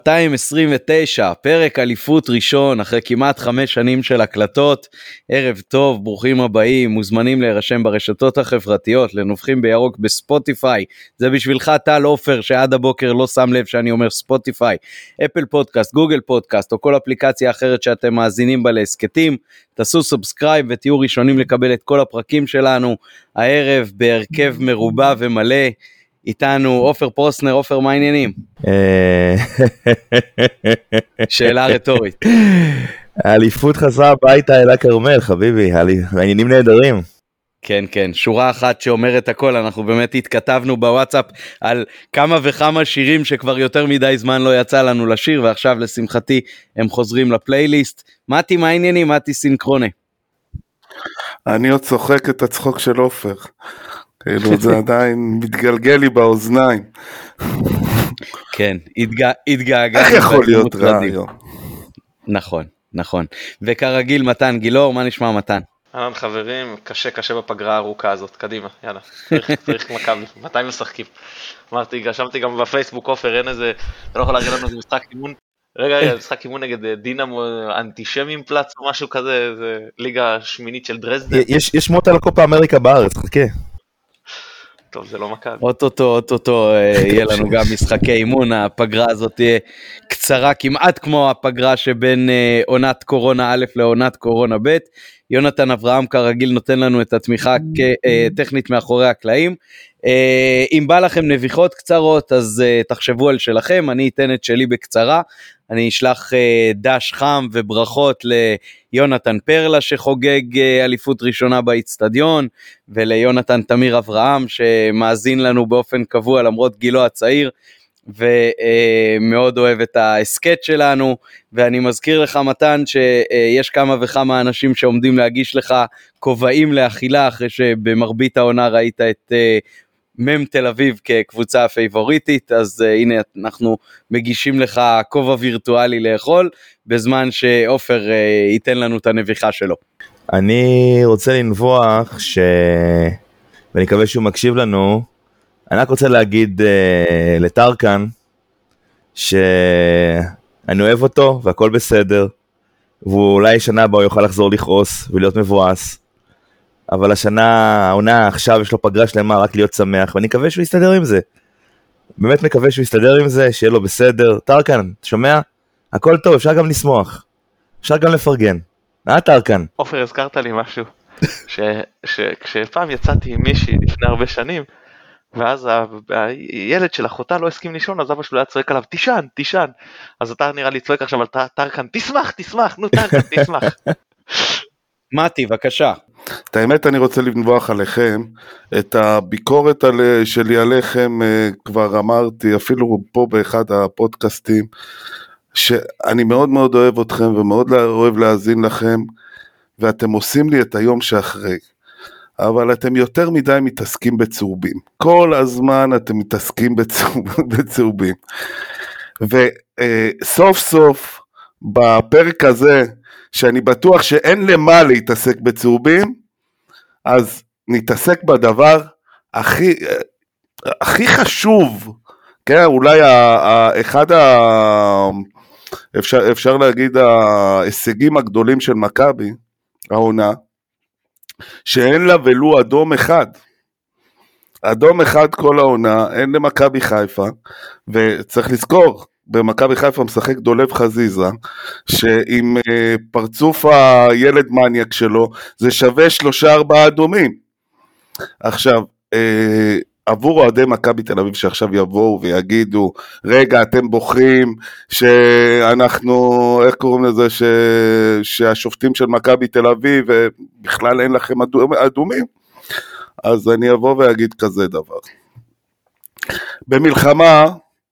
229, פרק אליפות ראשון אחרי כמעט 5 שנים של הקלטות. ערב טוב, ברוכים הבאים, מוזמנים להירשם ברשתות החברתיות, לנובחים בירוק בספוטיפיי. זה בשבילך טל אופר שעד הבוקר לא שם לב שאני אומר ספוטיפיי, אפל פודקאסט, גוגל פודקאסט או כל אפליקציה אחרת שאתם מאזינים בה להסקטים. תעשו סאבסקרייב ותהיו ראשונים לקבל את כל הפרקים שלנו. הערב בהרכב מרובע ומלא, איתנו עופר פרוסנר. עופר, מה העניינים? שאלה רטורית. האליפות חזרה הביתה אל הכרמל, חביבי, העניינים נהדרים. כן, כן, שורה אחת שאומרת הכל. אנחנו באמת התכתבנו בוואטסאפ על כמה וכמה שירים שכבר יותר מדי זמן לא יצא לנו לשיר, ועכשיו לשמחתי הם חוזרים לפלייליסט. מתי, מה העניינים? מתי סינכרוני. אני עוד צוחק את הצחוק של עופר. כאילו זה עדיין מתגלגל לי באוזניים. כן, התגעגע. איך יכול להיות רע היום? נכון, נכון. וכרגיל מתן גילאור, מה נשמע מתן? אהלן חברים, קשה בפגרה הארוכה הזאת, קדימה, יאללה, צריך מכבי, מתי משחקים? אמרתי, רשמתי גם בפייסבוק, עופר, אין איזה, אתה לא יכול להגיד לנו איזה משחק אימון, רגע, משחק אימון נגד דינמו אנטישמים פלץ או משהו כזה, זה ליגה שמינית של דרזדן. יש מות על הקופה אמריקה בארץ, חכה. טוב, זה לא מכבי. אוטוטו יהיה לנו גם משחקי אימון. הפגרה הזאת תהיה קצרה כמעט כמו הפגרה שבין עונת קורונה א' לעונת קורונה ב'. יונתן אברהם כרגיל נותן לנו את התמיכה טכנית מאחורי הקלעים. אם בא לכם נביחות קצרות אז תחשבו על שלכם, אני אתן את שלי בקצרה. אני אשלח דש חם וברכות ליונתן פרלה שחוגג אליפות ראשונה באצטדיון, וליונתן תמיר אברהם שמאזין לנו באופן קבוע למרות גילו הצעיר, ומאוד אוהב את ההסקט שלנו. ואני מזכיר לך מתן שיש כמה וכמה אנשים שעומדים להגיש לך כובעים לאכילה, אחרי שבמרבית העונה ראית את מם תל אביב כקבוצה הפייבוריטית, אז הנה אנחנו מגישים לך כובע וירטואלי לאכול, בזמן שעופר ייתן לנו את הנביחה שלו. אני רוצה לנבוח, ואני מקווה שהוא מקשיב לנו, אני רק רוצה להגיד לטרקן, שאני אוהב אותו והכל בסדר, ואולי שנה הבאה הוא יוכל לחזור לכעוס ולהיות מבואס, אבל העונה עכשיו יש לו פגרה שלמה רק להיות שמח, ואני מקווה שהוא יסתדר עם זה. באמת מקווה שהוא יסתדר עם זה, שיהיה לו בסדר. טרקן, אתה שומע? הכל טוב, אפשר גם לשמוח. אפשר גם לפרגן. טרקן? עופר, הזכרת לי משהו, כשפעם יצאתי עם מישהי לפני הרבה שנים, ואז הילד של אחותה לא הסכים לישון, אז אבא שלו היה צועק עליו, תישן. אז אתה נראה לי צועק עכשיו על טרקן, תשמח, נו טרקן, תשמח. מתי, בבקשה. את האמת אני רוצה לנבוח עליכם, את הביקורת שלי עליכם כבר אמרתי, אפילו פה באחד הפודקאסטים, שאני מאוד מאוד אוהב אתכם ומאוד אוהב להאזין לכם, ואתם עושים לי את היום שאחרי, אבל אתם יותר מדי מתעסקים בצהובים, כל הזמן אתם מתעסקים בצהובים, וסוף סוף בפרק הזה, שאני בטוח שאין למה להתעסק בצהובים, אז נתעסק בדבר הכי חשוב, כן, אולי אחד אפשר להגיד ההישגים הגדולים של מכבי, העונה, שאין לה ולו אדום אחד כל העונה, אין למכבי חיפה, וצריך לזכור, במכבי חיפה משחק דולב חזיזה, שעם פרצוף הילד מניאק שלו, זה שווה 3-4 אדומים. עכשיו, עבור אוהדי מכבי תל אביב שעכשיו יבואו ויגידו, רגע אתם בוחרים שאנחנו, איך קוראים לזה, שהשופטים של מכבי תל אביב, ובכלל אין לכם אדומים, אז אני אבוא ואגיד כזה דבר. במלחמה,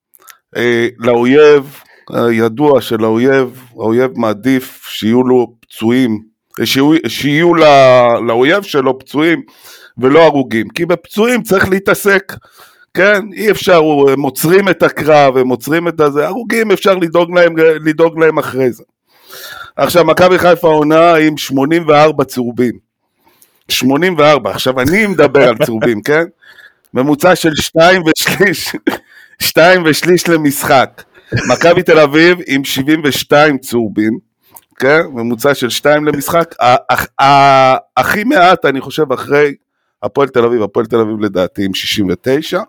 לאויב, ידוע האויב מעדיף שיהיו לו פצועים, שיהיו לאויב שלו פצועים ולא הרוגים, כי בפצועים צריך להתעסק, כן, אי אפשר, מוצרים את הקרב ומוצרים את הזה, הרוגים אפשר לדאוג להם אחרי זה. עכשיו מכבי חיפה עונה עם 84 צהובים, 84, עכשיו אני מדבר על צהובים, כן, ממוצע של 2.3 למשחק, מכבי תל אביב עם 72 צהובים, כן? ממוצע של 2 למשחק, הכי מעט אני חושב אחרי הפועל תל אביב לדעתי עם 69,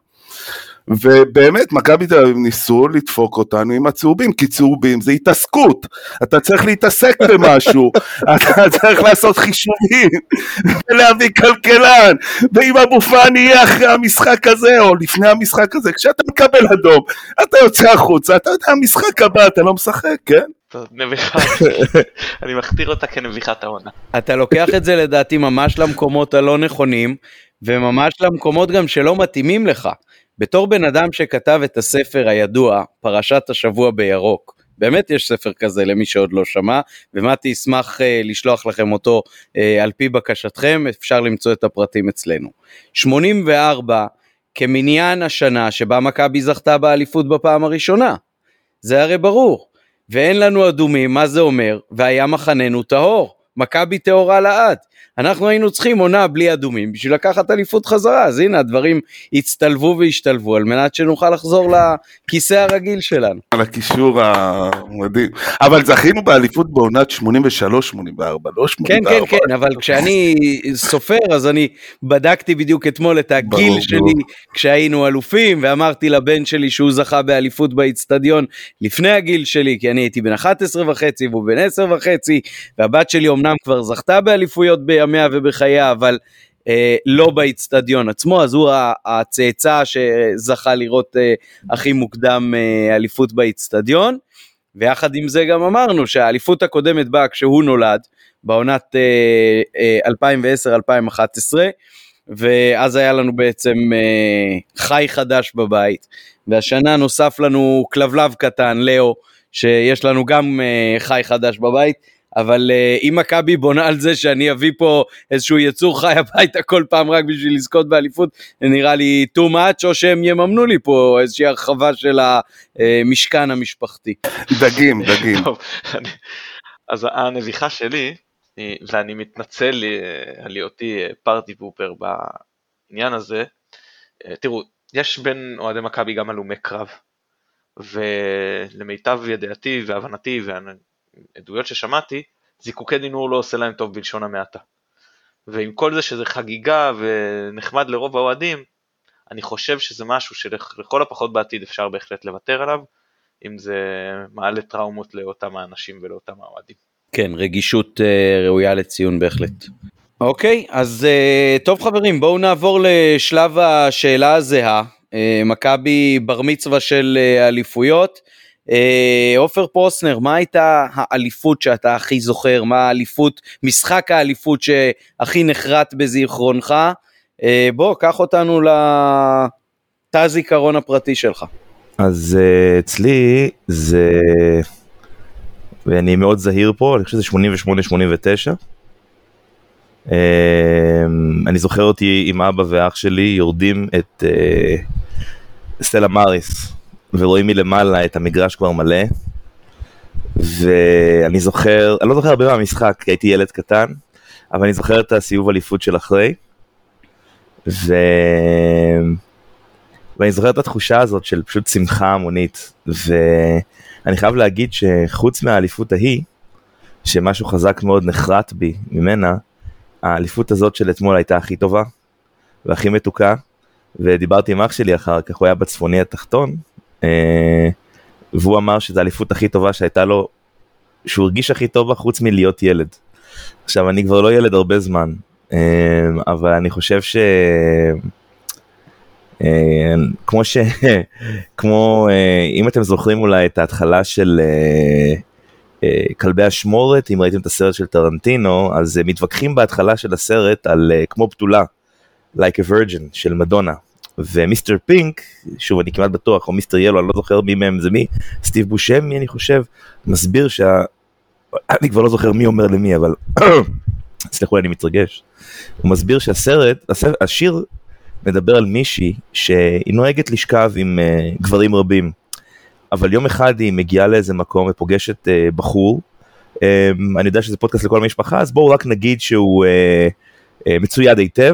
ובאמת מכבי תל אביב ניסו לדפוק אותנו עם הצהובים, כי צהובים זה התעסקות, אתה צריך להתעסק במשהו, אתה צריך לעשות חישובים, ולהביא כלכלן, ואם אבו פאני יהיה אחרי המשחק הזה, או לפני המשחק הזה, כשאתה מקבל אדום, אתה יוצא החוצה, אתה יודע, המשחק הבא אתה לא משחק, כן? נביחה, אני מכתיר אותה כנביחת העונה. אתה לוקח את זה לדעתי ממש למקומות הלא נכונים, וממש למקומות גם שלא מתאימים לך. בתור בן אדם שכתב את הספר הידוע, פרשת השבוע בירוק, באמת יש ספר כזה למי שעוד לא שמע, ומתי ישמח לשלוח לכם אותו על פי בקשתכם, אפשר למצוא את הפרטים אצלנו. 84 כמניין השנה שבה מכבי זכתה באליפות בפעם הראשונה, זה הרי ברור, ואין לנו אדומים, מה זה אומר? והיה מחננו טהור, מכבי טהורה לעד, אנחנו היינו צריכים עונה בלי אדומים, בשביל לקחת אליפות חזרה, אז הנה הדברים הצטלבו והשתלבו, על מנת שנוכל לחזור לכיסא הרגיל שלנו. על הקישור המדהים, אבל זכינו באליפות בעונת 83-84, לא 84. כן, כן, כן, אבל כשאני סופר, אז אני בדקתי בדיוק אתמול את הגיל שלי, כשהיינו אלופים, ואמרתי לבן שלי שהוא זכה באליפות באצטדיון, לפני הגיל שלי, כי אני הייתי בן 11 וחצי, והוא בן 10 וחצי, והבת שלי אמנם כבר זכתה באליפויות בימיה ובחייה, אבל לא באצטדיון עצמו, אז הוא הצאצא שזכה לראות הכי מוקדם אליפות באצטדיון, ויחד עם זה גם אמרנו שהאליפות הקודמת באה כשהוא נולד, בעונת 2010-2011, ואז היה לנו בעצם חי חדש בבית, והשנה נוסף לנו כלבלב קטן, לאו, שיש לנו גם חי חדש בבית, אבל אם מכבי בונה על זה שאני אביא פה איזשהו יצור חי הביתה כל פעם רק בשביל לזכות באליפות, נראה לי too much, או שהם יממנו לי פה איזושהי הרחבה של המשכן המשפחתי. דגים. טוב, אז הנביחה שלי, ואני מתנצל על היותי פארטי פופר בעניין הזה, תראו, יש בין אוהדי מכבי גם הלומי קרב, ולמיטב ידיעתי והבנתי עדויות ששמעתי, זיקוקי דינור לא עושה להם טוב בלשון המעטה. ועם כל זה שזה חגיגה ונחמד לרוב האוהדים, אני חושב שזה משהו שלכל הפחות בעתיד אפשר בהחלט לוותר עליו, אם זה מעלה טראומות לאותם האנשים ולאותם האוהדים. כן, רגישות ראויה לציון בהחלט. אוקיי, אז טוב חברים, בואו נעבור לשלב השאלה הזהה, מכבי בר מצווה של אליפויות, עופר פרוסנר, מה הייתה האליפות שאתה הכי זוכר, מה האליפות, משחק האליפות שהכי נחרט בזיכרונך, בוא, קח אותנו לתא זיכרון הפרטי שלך. אז אצלי זה, ואני מאוד זהיר פה, אני חושב שזה 88-89, אני זוכר אותי עם אבא ואח שלי יורדים את סטלה מאריס, ורואים מלמעלה את המגרש כבר מלא, ואני זוכר, אני לא זוכר הרבה מהמשחק, כי הייתי ילד קטן, אבל אני זוכר את הסיבוב אליפות של אחרי, ואני זוכר את התחושה הזאת של פשוט שמחה המונית, ואני חייב להגיד שחוץ מהאליפות ההיא, שמשהו חזק מאוד נחרט בי ממנה, האליפות הזאת של אתמול הייתה הכי טובה, והכי מתוקה, ודיברתי עם אח שלי אחר כך, הוא היה בצפוני התחתון, והוא אמר שזו האליפות הכי טובה שהייתה לו, שהוא הרגיש הכי טובה חוץ מלהיות ילד. עכשיו אני כבר לא ילד הרבה זמן, אבל אני חושב כמו אם אתם זוכרים אולי את ההתחלה של כלבי השמורת, אם ראיתם את הסרט של טרנטינו, אז מתווכחים בהתחלה של הסרט על כמו בתולה, Like a Virgin של מדונה, ומיסטר פינק, שוב אני כמעט בטוח, או מיסטר ילו, אני לא זוכר מי מהם זה מי, סטיב בושמי אני חושב, מסביר אני כבר לא זוכר מי אומר למי, אבל סליחו אני מתרגש, הוא מסביר השיר מדבר על מישהי שהיא נוהגת לשכב עם גברים רבים, אבל יום אחד היא מגיעה לאיזה מקום ופוגשת בחור, אני יודע שזה פודקאסט לכל המשפחה, אז בואו רק נגיד שהוא מצויד היטב,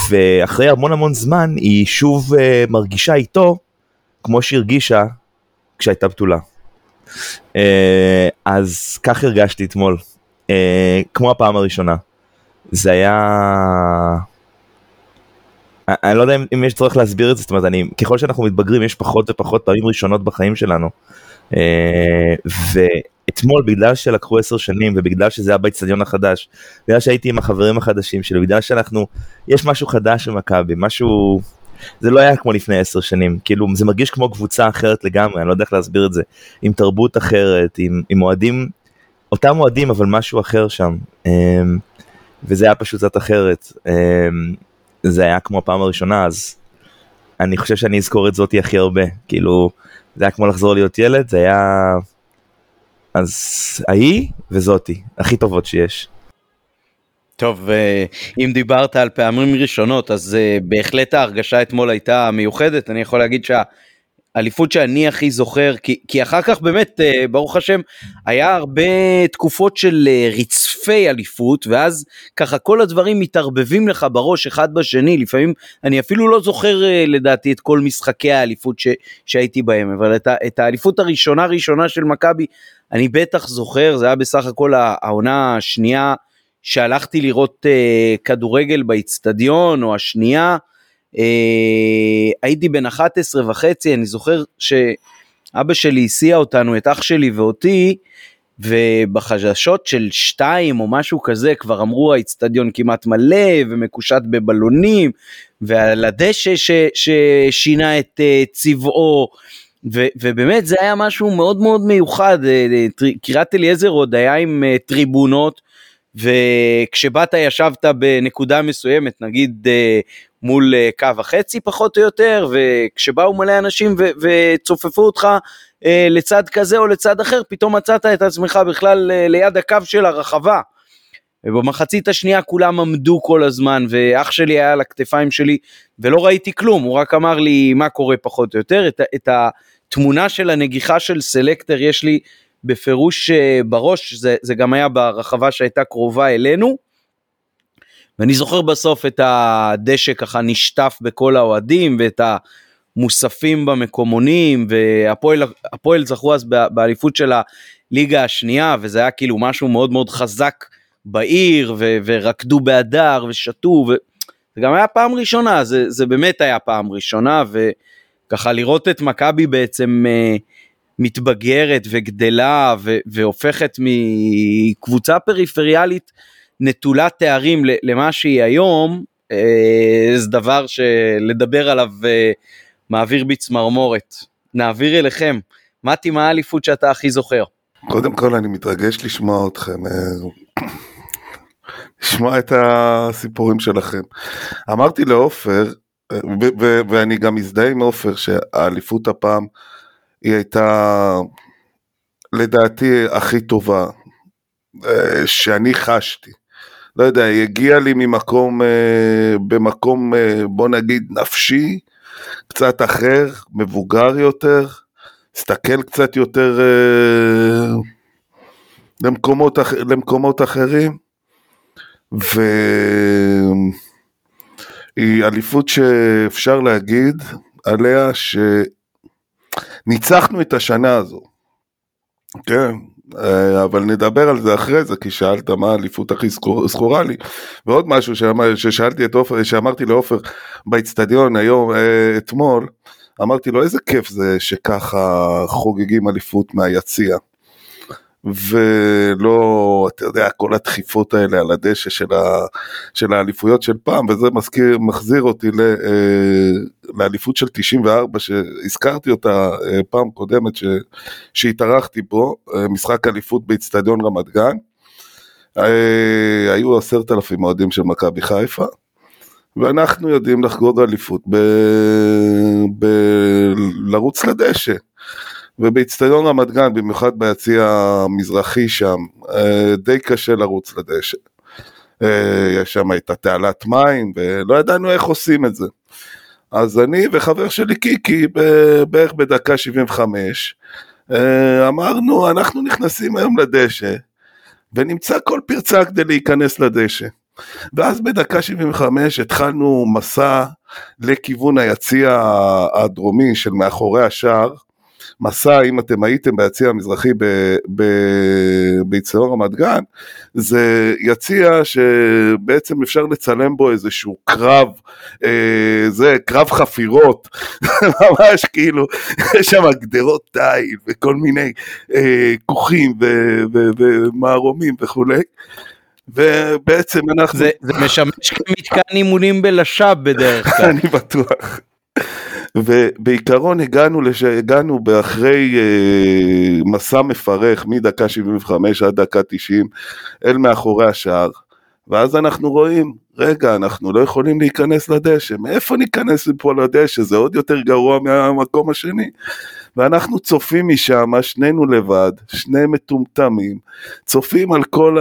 ואחרי המון זמן היא שוב מרגישה איתו, כמו שהרגישה כשהייתה בתולה. אז כך הרגשתי אתמול, כמו הפעם הראשונה. זה היה... אני לא יודע אם יש צורך להסביר את זה, זאת אומרת, ככל שאנחנו מתבגרים, יש פחות ופחות פעמים ראשונות בחיים שלנו. ואתמול, בגלל שלקחו 10 שנים, ובגלל שזה היה באצטדיון החדש, בגלל שהייתי עם החברים החדשים שלי, בגלל יש משהו חדש במכבי, משהו... זה לא היה כמו לפני 10 שנים, כאילו זה מרגיש כמו קבוצה אחרת לגמרי, אני לא יודע איך להסביר את זה, עם תרבות אחרת, עם מועדים, אותם מועדים אבל משהו אחר שם, וזה היה פשוט קצת אחרת, זה היה כמו הפעם הראשונה, אז אני חושב שאני אזכור את זאתי הכי הרבה, כאילו זה היה כמו לחזור להיות ילד, זה היה, אז ההיא וזאתי, הכי טובות שיש. טוב, אם דיברת על פעמים ראשונות, אז בהחלט ההרגשה אתמול הייתה מיוחדת, אני יכול להגיד שהאליפות שאני הכי זוכר, כי אחר כך באמת, ברוך השם, היה הרבה תקופות של רצפי אליפות, ואז ככה כל הדברים מתערבבים לך בראש אחד בשני, לפעמים אני אפילו לא זוכר לדעתי את כל משחקי האליפות שהייתי בהם, אבל את האליפות הראשונה של מכבי, אני בטח זוכר, זה היה בסך הכל העונה השנייה, שהלכתי לראות כדורגל באצטדיון, או השנייה, הייתי בן 11.5, אני זוכר שאבא שלי הסיע אותנו, את אח שלי ואותי, ובחדשות של 2 או משהו כזה, כבר אמרו האצטדיון כמעט מלא, ומקושט בבלונים, ועל הדשא ששינה את צבעו, ובאמת זה היה משהו מאוד מאוד מיוחד, קריית אליעזר עוד היה עם טריבונות, וכשבאת ישבת בנקודה מסוימת, נגיד מול קו החצי פחות או יותר, וכשבאו מלא אנשים וצופפו אותך לצד כזה או לצד אחר, פתאום מצאת את עצמך בכלל ליד הקו של הרחבה, ובמחצית השנייה כולם עמדו כל הזמן, ואח שלי היה על הכתפיים שלי, ולא ראיתי כלום, הוא רק אמר לי מה קורה פחות או יותר, את התמונה של הנגיחה של סלקטר יש לי בפירוש בראש, זה גם היה ברחבה שהייתה קרובה אלינו, ואני זוכר בסוף את הדשא ככה נשטף בכל האוהדים, ואת המוספים במקומונים, והפועל זכו אז באליפות של הליגה השנייה, וזה היה כאילו משהו מאוד מאוד חזק בעיר, ורקדו באדר ושתו, זה גם היה פעם ראשונה, זה באמת היה פעם ראשונה, וככה לראות את מכבי בעצם מתבגרת וגדלה והופכת מקבוצה פריפריאלית נטולת תארים למה שהיא היום, זה דבר שלדבר עליו מעביר בצמרמורת. נעביר אליכם, מתי, מה האליפות שאתה הכי זוכר? קודם כל אני מתרגש לשמוע אתכם, לשמוע את הסיפורים שלכם. אמרתי לאופר, ואני גם מזדהה עם אופר, שהאליפות הפעם היא הייתה לדעתי הכי טובה שאני חשתי. לא יודע, היא הגיעה לי ממקום, במקום בוא נגיד נפשי, קצת אחר, מבוגר יותר, הסתכל קצת יותר למקומות אחרים, והיא אליפות שאפשר להגיד עליה שניצחנו את השנה הזו, כן, אבל נדבר על זה אחרי זה, כי שאלת מה האליפות הכי זכורה לי, ועוד משהו ששאלתי את אופר, שאמרתי לאופר באצטדיון היום, אתמול, אמרתי לו איזה כיף זה שככה חוגגים אליפות מהיציע, ולא, אתה יודע, כל הדחיפות האלה על הדשא של האליפויות של פעם, וזה מחזיר אותי לאליפות של 94, שהזכרתי אותה פעם קודמת שהתארחתי בו, משחק אליפות באצטדיון רמת גן, היו 10,000 אוהדים של מכבי חיפה, ואנחנו יודעים לחגוג אליפות לרוץ לדשא, ובאצטדיון רמת גן, במיוחד ביציע המזרחי שם, די קשה לרוץ לדשא. יש שם את התעלת מים, ולא ידענו איך עושים את זה. אז אני וחבר שלי קיקי, בערך בדקה 75, אמרנו, אנחנו נכנסים היום לדשא, ונמצא כל פרצה כדי להיכנס לדשא. ואז בדקה 75 התחלנו מסע לכיוון היציע הדרומי של מאחורי השער, מסע, אם אתם הייתם ביציע המזרחי באצטדיון רמת גן, זה יציע שבעצם אפשר לצלם בו איזשהו קרב, זה קרב חפירות, ממש כאילו, יש שם גדרות תיל וכל מיני כוחים ומערומים וכולי, ובעצם אנחנו... זה משמש כמתקן אימונים בלשב בדרך כלל. אני בטוח. ובעיקרון הגענו באחרי מסע מפרך מדקה 75 עד דקה 90 אל מאחורי השער, ואז אנחנו רואים, רגע, אנחנו לא יכולים להיכנס לדשא, מאיפה ניכנס פה לדשא? זה עוד יותר גרוע מהמקום השני, ואנחנו צופים משם, שנינו לבד, שני מטומטמים, צופים על כל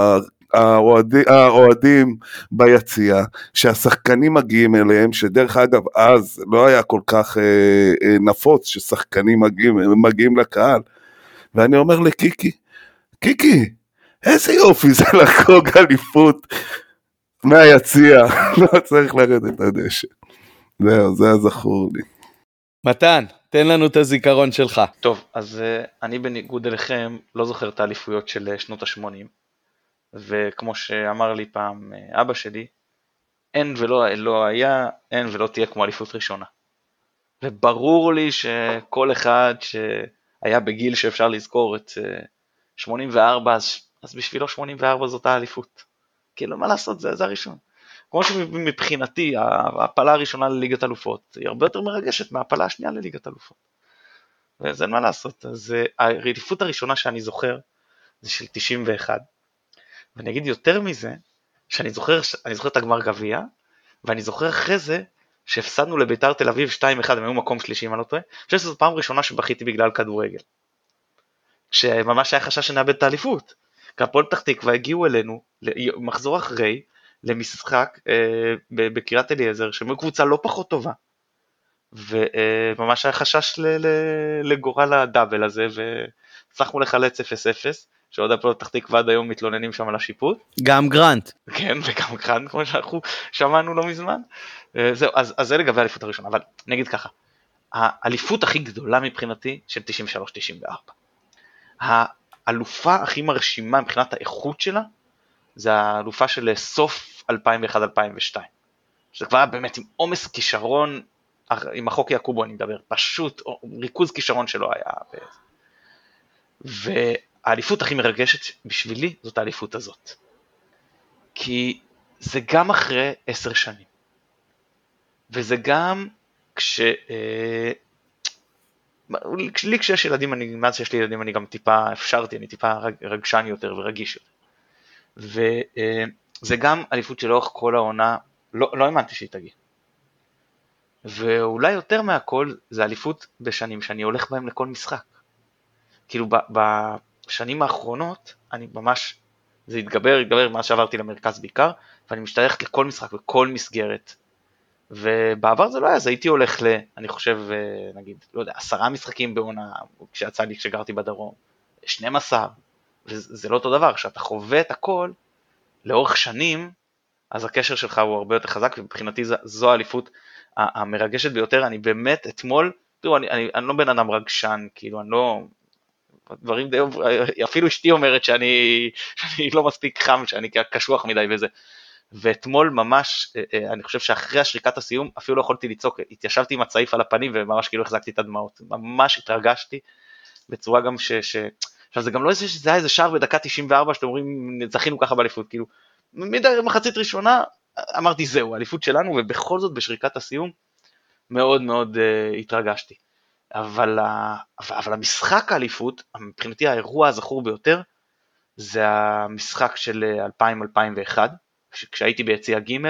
האוהדים ביציע, שהשחקנים מגיעים אליהם, שדרך אגב אז לא היה כל כך נפוץ ששחקנים מגיעים לקהל, ואני אומר לקיקי, קיקי, איזה יופי זה לחגוג אליפות מהיציע, לא צריך לרדת לדשא. זהו, זה הזכור לי. מתן, תן לנו את הזיכרון שלך. טוב, אז אני בניגוד אליכם לא זוכר את האליפויות של שנות ה-80, וכמו שאמר לי פעם אבא שלי, אין ולא היה, אין ולא תהיה כמו אליפות ראשונה. וברור לי שכל אחד שהיה בגיל שאפשר לזכור את 84, אז בשבילו 84 זאת האליפות. כאילו מה לעשות, זה הראשון. כמו שמבחינתי, ההפלה הראשונה לליגת אלופות, היא הרבה יותר מרגשת מההפלה השנייה לליגת אלופות. וזה אין מה לעשות. אז האליפות הראשונה שאני זוכר, זה של 91. ואני אגיד יותר מזה, שאני זוכר את הגמר גביע, ואני זוכר אחרי זה, שהפסדנו לביתר תל אביב 2-1, הם היו מקום שלישי, אם אני לא טועה. אני חושב שזו פעם ראשונה שבכיתי בגלל כדורגל. שממש היה חשש שנאבד את האליפות. כי הפועל פתח תקווה הגיעו אלינו, מחזור אחרי, למשחק בקריית אליעזר, שהם קבוצה לא פחות טובה. וממש היה חשש לגורל הדאבל הזה, וצריכנו לחלץ 0-0, שעוד הפועל פתח תקווה עד היום מתלוננים שם על השיפוט. גם גרנט. כן, וגם גרנט, כמו שאנחנו שמענו לא מזמן. זהו, אז זה לגבי האליפות הראשונה, אבל נגיד ככה, האליפות הכי גדולה מבחינתי של 93-94. האלופה הכי מרשימה מבחינת האיכות שלה, זה האלופה של סוף 2001-2002. שזה כבר באמת עם עומס כישרון, עם החוק יעקובו אני מדבר, פשוט ריכוז כישרון שלו היה. והאליפות הכי מרגשת בשבילי זאת האליפות הזאת. כי זה גם אחרי 10 שנים. וזה גם כשיש ילדים, מאז שיש לי ילדים אני גם טיפה אני טיפה רגשן יותר ורגיש יותר. וזה גם אליפות שלאורך כל העונה, לא האמנתי שהיא תגיע. ואולי יותר מהכל, זה אליפות בשנים שאני הולך בהם לכל משחק. כאילו בשנים האחרונות, אני ממש, זה התגבר מה שעברתי למרכז בעיקר, ואני משתייך לכל משחק וכל מסגרת. ובעבר זה לא היה, אז הייתי הולך אני חושב, נגיד, לא יודע, 10 משחקים בעונה, כשיצא לי כשגרתי בדרום, 12, וזה לא אותו דבר, כשאתה חווה את הכל, לאורך שנים, אז הקשר שלך הוא הרבה יותר חזק, ובבחינתי זו האליפות המרגשת ביותר. אני באמת אתמול, תראו, אני לא בן אדם רגשן, כאילו, אני לא, דברים די, אפילו אשתי אומרת שאני לא מספיק חם, שאני קשוח מדי וזה, ואתמול ממש, אני חושב שאחרי השריקת הסיום, אפילו לא יכולתי לצעוק, התיישבתי עם הצעיף על הפנים, וממש כאילו החזקתי את הדמעות, ממש התרגשתי, בצורה גם עכשיו זה גם לא שזה היה איזה שער בדקה 94, שאתם אומרים, זכינו ככה באליפות, כאילו, מחצית ראשונה, אמרתי זהו, האליפות שלנו, ובכל זאת בשריקת הסיום, מאוד מאוד התרגשתי. אבל המשחק האליפות, מבחינתי האירוע הזכור ביותר, זה המשחק של 2000-2001, כשהייתי ביציע ג'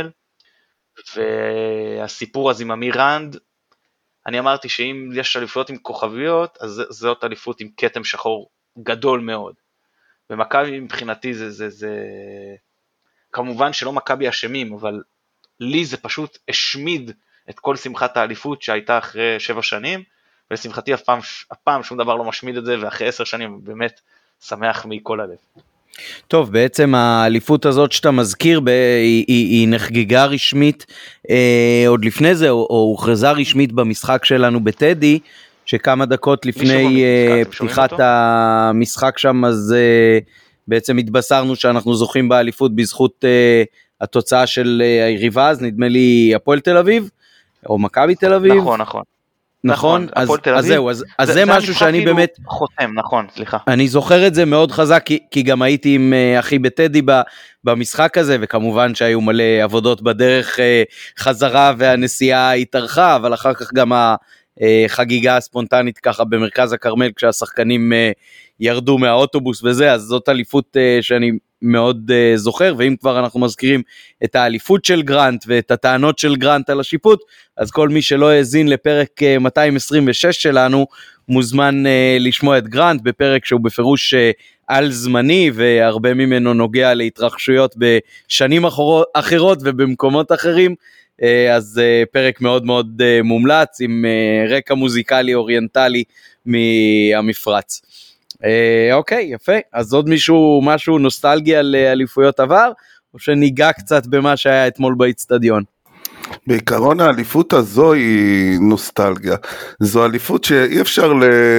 והסיפור הזה עם אמיר רנד, אני אמרתי שאם יש אליפויות עם כוכביות, אז זאת אליפות עם כתם שחור גדול מאוד. ומכבי מבחינתי זה כמובן שלא מכבי אשמים, אבל לי זה פשוט השמיד את כל שמחת האליפות שהייתה אחרי 7 שנים, ולשמחתי אף פעם שום דבר לא משמיד את זה, ואחרי 10 שנים באמת שמח מכל הלב. טוב, בעצם האליפות הזאת שאתה מזכיר, היא נחגגה רשמית, עוד לפני זה, או הוכרזה רשמית במשחק שלנו בטדי, שכמה דקות לפני אתם שומעים פתיחת אותו? המשחק שם, אז בעצם התבשרנו שאנחנו זוכים באליפות בזכות התוצאה של היריבה, אז נדמה לי הפועל תל אביב, או מכבי תל אביב. נכון. נכון, הפועל תל אז אביב. זהו, אז זה משהו שאני כאילו באמת, חותם, נכון, סליחה. אני זוכר את זה מאוד חזק, כי גם הייתי עם אחי בטדי במשחק הזה, וכמובן שהיו מלא עבודות בדרך חזרה, והנסיעה התארכה, אבל אחר כך גם החגיגה הספונטנית ככה במרכז הכרמל, כשהשחקנים ירדו מהאוטובוס וזה, אז זאת אליפות שאני מאוד זוכר, ואם כבר אנחנו מזכירים את האליפות של גרנט, ואת הטענות של גרנט על השיפוט, אז כל מי שלא האזין לפרק 226 שלנו, מוזמן לשמוע את גרנט, בפרק שהוא בפירוש על זמני, והרבה ממנו נוגע להתרחשויות בשנים אחרות ובמקומות אחרים, אז פרק מאוד מאוד מומלץ, עם רקע מוזיקלי אוריינטלי מהמפרץ. אוקיי, יפה. אז עוד משהו נוסטלגיה לאליפויות עבר, או שניגע קצת במה שהיה אתמול באצטדיון? בעיקרון האליפות הזו היא נוסטלגיה. זו אליפות שאי אפשר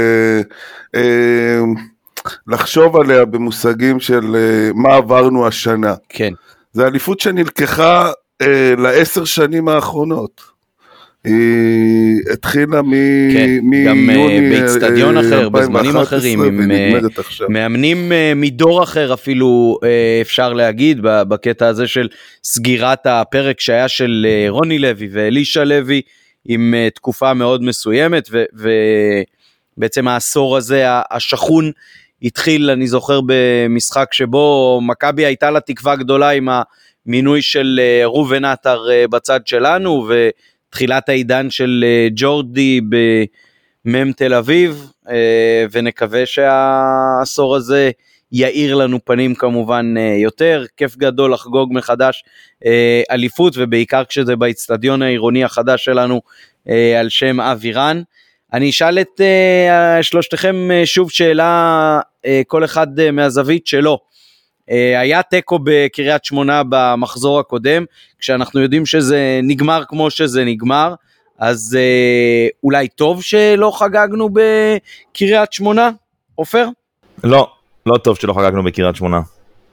לחשוב עליה במושגים של מה עברנו השנה. כן. זו אליפות שנלקחה ל10 שנים האחרונות. היא התחילה מיוני באצטדיון אחר, בזמנים אחרים, עם מאמנים מדור אחר אפילו, אפשר להגיד, בקטע הזה של סגירת הפרק שהיה של רוני לוי ואלישה לוי, עם תקופה מאוד מסוימת, ובעצם העשור הזה, השכון, התחיל, אני זוכר, במשחק שבו מכבי הייתה לה תקווה גדולה עם המינוי של רובן עטר בצד שלנו, תחילת העידן של ג'ורדי במם תל אביב, ונקווה שהעשור הזה יאיר לנו פנים כמובן יותר. כיף גדול לחגוג מחדש אליפות, ובעיקר כשזה באצטדיון העירוני החדש שלנו על שם אבירן. אני אשאל את שלושתכם שוב שאלה, כל אחד מהזווית שלו. היה טקו בקריית שמונה במחזור הקודם, כשאנחנו יודעים שזה נגמר כמו שזה נגמר, אז אולי טוב שלא חגגנו בקריית שמונה, עופר? לא טוב שלא חגגנו בקריית שמונה.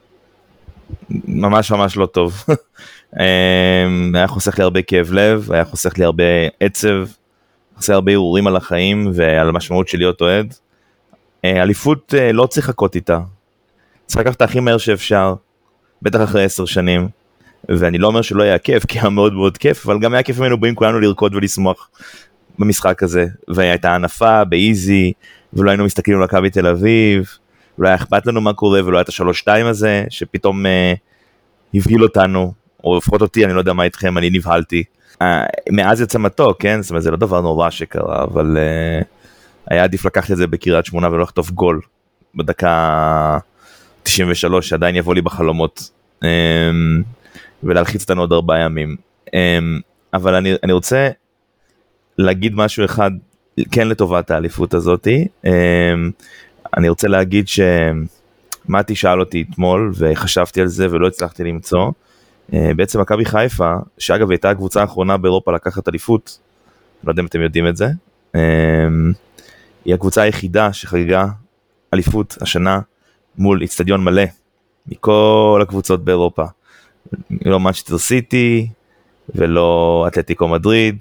ממש לא טוב. היה חוסך לי הרבה כאב לב, היה חוסך לי הרבה עצב, חוסך הרבה ערעורים על החיים ועל המשמעות של להיות אוהד. אליפות לא צריך לחכות איתה. צריך לקחת הכי מהר שאפשר, בטח אחרי 10 שנים, ואני לא אומר שלא היה כיף, כי היה מאוד מאוד כיף, אבל גם היה כיף ממנו באים כולנו לרקוד ולשמוח במשחק הזה, והייתה ענפה באיזי, ולא היינו מסתכלים על מכבי תל אביב, ולא היה אכפת לנו מה קורה, ולא היה את ה3-2 הזה, שפתאום הבהיל אותנו, או לפחות אותי, אני לא יודע מה איתכם, אני נבהלתי. מאז יצא מתוק, כן? זאת אומרת, זה לא דבר נורא שקרה, אבל היה עדיף לקחת את זה בקריית שמונה, ולא לכתוב גול, בדקה 93, שעדיין יבוא לי בחלומות, ולהלחיץ אותנו עוד 4 ימים. אבל אני רוצה להגיד משהו אחד, כן לטובת האליפות הזאת. אני רוצה להגיד שמתי שאל אותי אתמול, וחשבתי על זה ולא הצלחתי למצוא. בעצם מכבי חיפה, שאגב הייתה הקבוצה האחרונה באירופה לקחת אליפות, לא יודע אם אתם יודעים את זה, היא הקבוצה היחידה שחגגה אליפות השנה, מול אצטדיון מלא, מכל הקבוצות באירופה. לא מנצ'סטר סיטי, ולא אתלטיקו מדריד,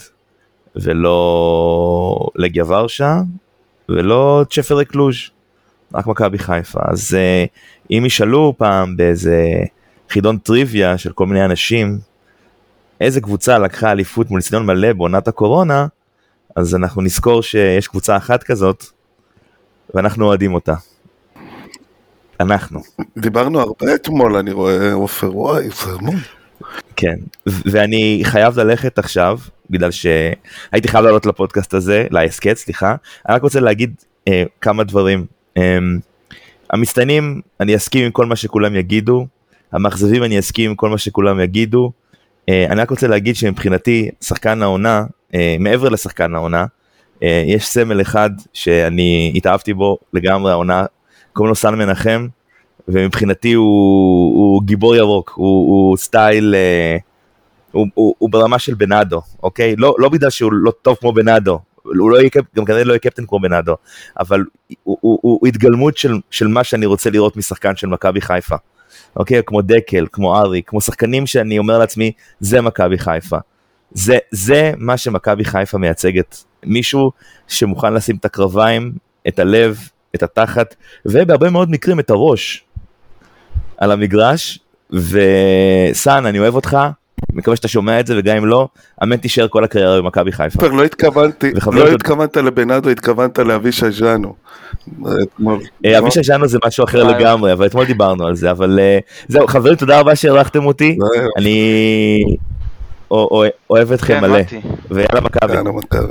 ולא לגיה ורשה, ולא צ'פר קלוז', רק מכבי חיפה. אז אם ישאלו פעם באיזה חידון טריוויה של כל מיני אנשים, איזה קבוצה לקחה אליפות מול אצטדיון מלא בעונת הקורונה, אז אנחנו נזכור שיש קבוצה אחת כזאת, ואנחנו אוהדים אותה. אנחנו. דיברנו הרבה אתמול, אני רואה עופר, וואי, פרמון. כן, ואני חייב ללכת עכשיו, בגלל שהייתי חייב לעלות לפודקאסט הזה, להסקט, סליחה. אני רק רוצה להגיד כמה דברים. המצטיינים, אני אסכים עם כל מה שכולם יגידו, המאכזבים אני אסכים עם כל מה שכולם יגידו. אני רק רוצה להגיד שמבחינתי, שחקן העונה, מעבר לשחקן העונה, יש סמל אחד שאני התאהבתי בו לגמרי העונה, קוראים לו סן מנחם, ומבחינתי הוא גיבור ירוק, הוא סטייל, הוא ברמה של בנאדו, אוקיי? לא בגלל שהוא לא טוב כמו בנאדו, הוא לא יהיה, גם כנראה לא יהיה קפטן כמו בנאדו, אבל הוא התגלמות של מה שאני רוצה לראות משחקן של מכבי חיפה. אוקיי, כמו דקל, כמו ארי, כמו שחקנים שאני אומר לעצמי, זה מכבי חיפה. זה מה שמכבי חיפה מייצגת. מישהו שמוכן לשים את הקרביים, את הלב, את התחת, ובהרבה מאוד מקרים את הראש על המגרש. וסן, אני אוהב אותך, מקווה שאתה שומע את זה, וגם אם לא, אמן תישאר כל הקריירה במכבי חיפה. לא התכוונת לבנאדו, התכוונת לאבישי ז'אנו. אבישי ז'אנו זה משהו אחר לגמרי, אבל אתמול דיברנו על זה, אבל זהו, חברים, תודה רבה שהרחתם אותי, אני אוהב אתכם מלא, ויאללה מכבי. יאללה מכבי.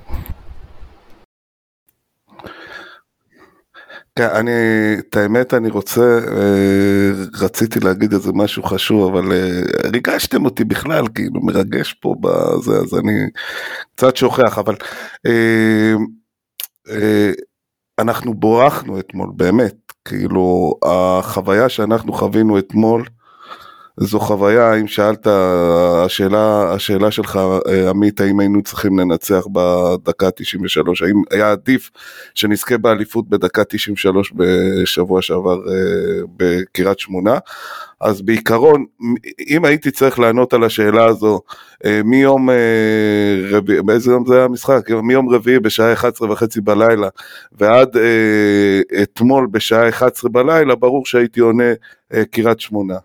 כן, את האמת אני רציתי להגיד איזה משהו חשוב, אבל ריגשתם אותי בכלל, כאילו מרגש פה בזה, אז אני קצת שוכח, אבל אנחנו בורחנו אתמול, באמת, כאילו החוויה שאנחנו חווינו אתמול, זו חוויה, אם שאלת, השאלה שלך, עמית, האם היינו צריכים לנצח בדקה 93, האם היה עדיף שנזכה באליפות בדקה 93 בשבוע שעבר בקריית שמונה, אז בעיקרון, אם הייתי צריך לענות על השאלה הזו, מיום רביעי, באיזה יום זה היה המשחק? מיום רביעי בשעה 11:30 בלילה, ועד אתמול בשעה 11 בלילה, ברור שהייתי עונה קריית שמונה.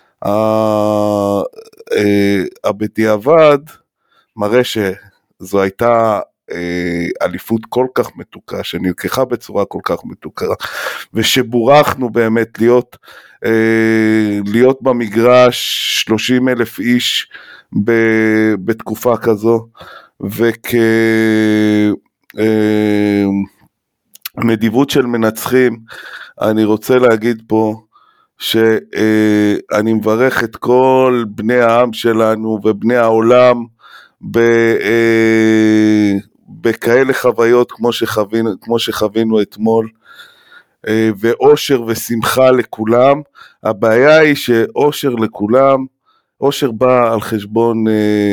הבדיעבד מראה שזו הייתה אליפות כל כך מתוקה, שנלקחה בצורה כל כך מתוקה, ושבורחנו באמת להיות במגרש 30,000 איש בתקופה כזו, וכנדיבות של מנצחים, אני רוצה להגיד פה, שאני מברך את כל בני העם שלנו ובני העולם בכאלה חוויות כמו שחווינו אתמול, ואושר ושמחה לכולם. הבעיה היא שאושר לכולם, אושר בא על חשבון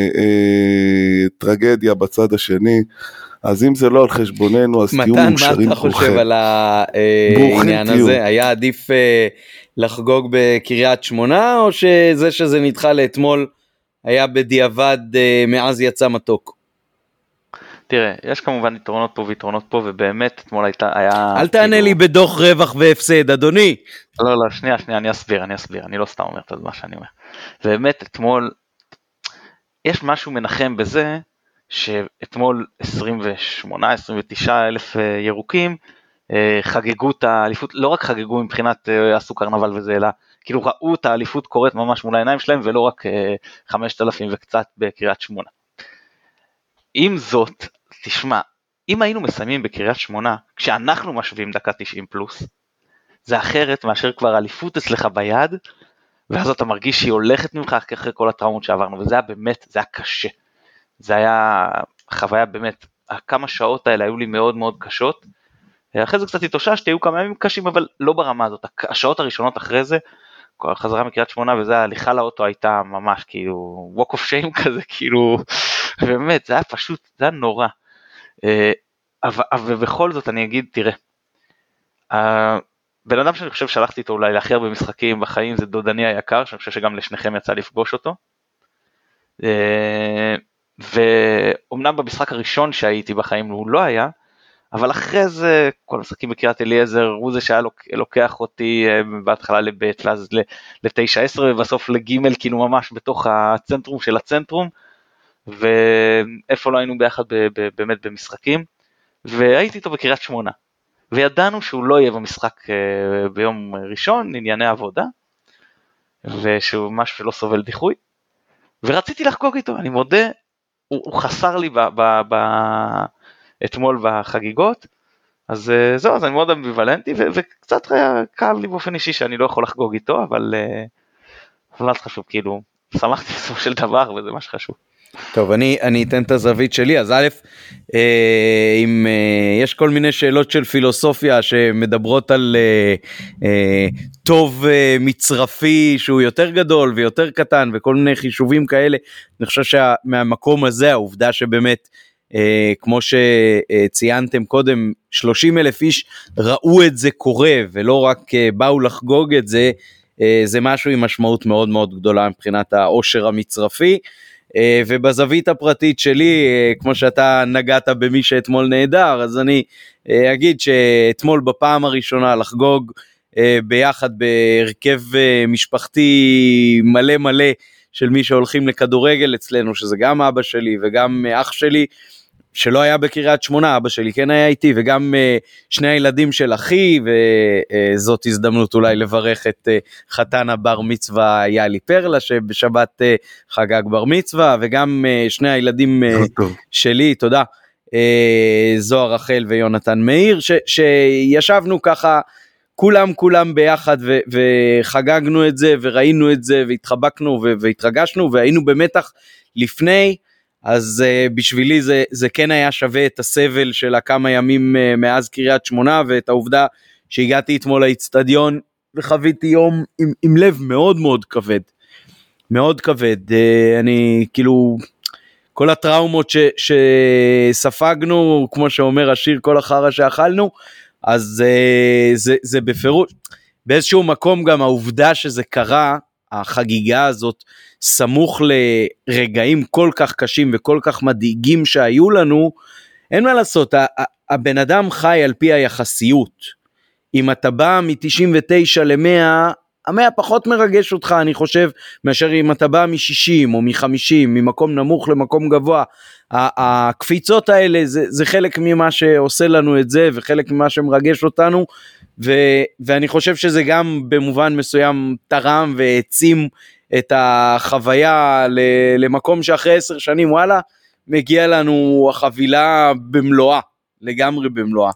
טרגדיה בצד השני, אז אם זה לא על חשבוננו, אז תהיו מאושרים כולכם. מתן, מה אתה חושב על העניין הזה? היה עדיף לחגוג בקריית שמונה, או שזה נדחה לאתמול היה בדיעבד מאז יצא מתוק? תראה, יש כמובן יתרונות פה ויתרונות פה, ובאמת אתמול היה... אל תענה לי בדוח רווח והפסד, אדוני. לא, שנייה, אני אסביר, אני לא סתם אומר את מה שאני אומר. באמת אתמול, יש משהו מנחם בזה, שאתמול 29 אלף ירוקים חגגו את האליפות, לא רק חגגו מבחינת עשו קרנבל וזה, אלא כאילו ראו את האליפות קורית ממש מול העיניים שלהם, ולא רק 5,000 וקצת בקריית שמונה. עם זאת, תשמע, אם היינו מסיימים בקריית שמונה, כשאנחנו משווים דקה 90 פלוס, זה אחרת מאשר כבר אליפות אצלך ביד, ואז אתה מרגיש שהיא הולכת ממך אחרי כל הטראומות שעברנו, וזה היה באמת, זה היה קשה. זה היה חוויה באמת, כמה שעות האלה היו לי מאוד מאוד קשות, אחרי זה קצת התאוששתי, היו כמה ימים קשים, אבל לא ברמה הזאת, השעות הראשונות אחרי זה, כל חזרה מקריית שמונה, וזה ההליכה לאוטו הייתה ממש כאילו, walk of shame כזה, כאילו, באמת, זה היה פשוט, זה היה נורא, ובכל זאת אני אגיד, תראה, בן אדם שאני חושב שהלכתי איתו אולי להכי הרבה משחקים בחיים, זה דודני היקר, שאני חושב שגם לשניכם יצא לפגוש אותו, ואומנם במשחק הראשון שהייתי בחיים הוא לא היה, אבל אחרי זה כל המשחקים בקריית אליעזר הוא זה שהיה לוקח אותי בהתחלה לבית ואז ל9-10 ובסוף לגימל, כאילו ממש בתוך הצנטרום של הצנטרום, ואיפה לא היינו ביחד באמת במשחקים, והייתי איתו בקריית שמונה, וידענו שהוא לא יהיה במשחק ביום ראשון, ענייני עבודה, ושהוא משהו שלא סובל דיחוי, ורציתי לחגוג איתו, אני מודה, הוא חסר לי אתמול בחגיגות, אז זהו, אז אני מאוד אמביוולנטי, וקצת קל לי באופן אישי שאני לא יכול לחגוג איתו, אבל לא חשוב, כאילו, שמחתי בסופו של דבר, וזה מה שחשוב. טוב, אני אתן את הזווית שלי, אז א', אם יש כל מיני שאלות של פילוסופיה שמדברות על טוב מצרפי שהוא יותר גדול ויותר קטן וכל מיני חישובים כאלה, אני חושב שמהמקום הזה העובדה שבאמת כמו שציינתם קודם, 30,000 איש ראו את זה קורה, ולא רק באו לחגוג את זה, זה משהו עם משמעות מאוד מאוד גדולה מבחינת העושר המצרפי, ובזווית הפרטית שלי, כמו שאתה נגעת במי שאתמול נהדר, אז אני אגיד שאתמול בפעם הראשונה לחגוג ביחד בהרכב משפחתי מלא מלא של מי שהולכים לכדורגל אצלנו, שזה גם אבא שלי וגם אח שלי, שלא היה בקריית שמונה, אבא שלי כן היה איתי, וגם שני הילדים של אחי, וזאת הזדמנות אולי לברך את חתן הבר מצווה יאלי פרלה, שבשבת חגג בר מצווה, וגם שני הילדים שלי, תודה, זוהר רחל ויונתן מאיר, שישבנו ככה, כולם ביחד, וחגגנו את זה, וראינו את זה, והתחבקנו, והתרגשנו, והיינו במתח לפני, אז בשבילי זה כן היה שווה את הסבל של הכמה ימים מאז קריית שמונה, ואת העובדה שהגעתי אתמול לאצטדיון, וחוויתי יום עם לב מאוד מאוד כבד, מאוד כבד, אני כאילו, כל הטראומות שספגנו, כמו שאומר השיר, כל החרא שאכלנו, אז זה בפירוש, באיזשהו מקום גם העובדה שזה קרה, החגיגה הזאת, סמוך לרגעים כל כך קשים וכל כך מדאיגים שהיו לנו, אין מה לעשות, הבן אדם חי על פי היחסיות, אם אתה בא מ-99 ל-100, ה-100 פחות מרגש אותך, אני חושב, מאשר אם אתה בא מ-60 או מ-50, ממקום נמוך למקום גבוה, הקפיצות האלה זה חלק ממה שעושה לנו את זה, וחלק ממה שמרגש אותנו, ואני חושב שזה גם במובן מסוים תרם והעצים את החוויה למקום שאחרי 10 שנים, וואלה, מגיע לנו החבילה במלואה, לגמרי במלואה.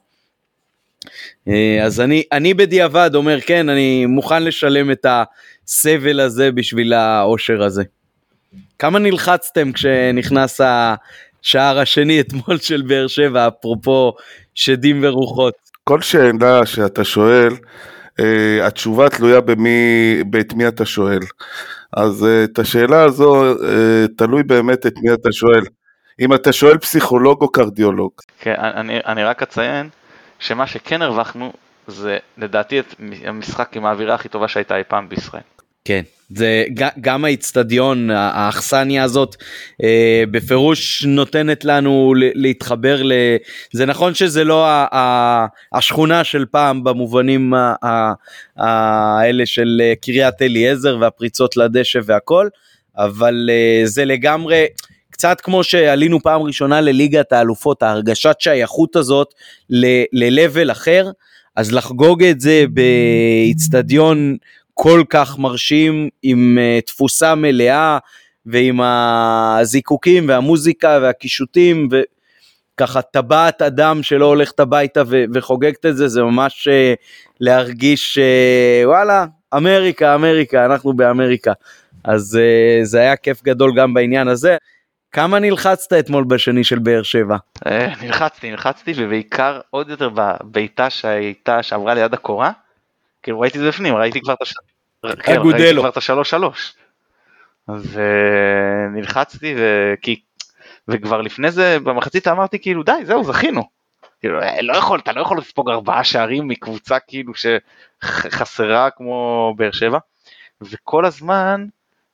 אז אני בדיעבד אומר, כן, אני מוכן לשלם את הסבל הזה בשביל האושר הזה. כמה נלחצתם כשנכנס השער השני אתמול של באר שבע, אפרופו שדים ורוחות? כל שאלה שאתה שואל, התשובה תלויה את מי אתה שואל. אז את השאלה הזו, תלוי באמת את מי אתה שואל. אם אתה שואל פסיכולוג או קרדיולוג. כן, אני רק אציין שמה שכן הרווחנו, זה לדעתי את המשחק עם האווירה הכי טובה שהייתה אי פעם בישראל. כן, זה גם האצטדיון, האכסניה הזאת, בפירוש נותנת לנו להתחבר זה נכון שזה לא השכונה של פעם במובנים האלה של קריית אליעזר והפריצות לדשא והכל, אבל זה לגמרי קצת כמו שעלינו פעם ראשונה לליגת האלופות, ההרגשת שייכות הזאת ללבל אחר, אז לחגוג את זה באצטדיון כל כך מרשים, עם תפוסה מלאה, ועם הזיקוקים והמוזיקה והקישוטים, וככה טבעת אדם שלא הולכת הביתה וחוגגת את זה, זה ממש להרגיש, וואלה, אמריקה, אנחנו באמריקה. אז זה היה כיף גדול גם בעניין הזה. כמה נלחצת אתמול בשני של באר שבע? נלחצתי, ובעיקר עוד יותר בביתה שעברה ליד הקורה, כאילו ראיתי את זה בפנים, ראיתי כבר את ה-3-3, אז נלחצתי, וכבר לפני זה במחצית אמרתי כאילו די, זהו, זכינו, כאילו אתה לא יכול לספוג 4 שערים מקבוצה כאילו שחסרה כמו באר שבע, וכל הזמן,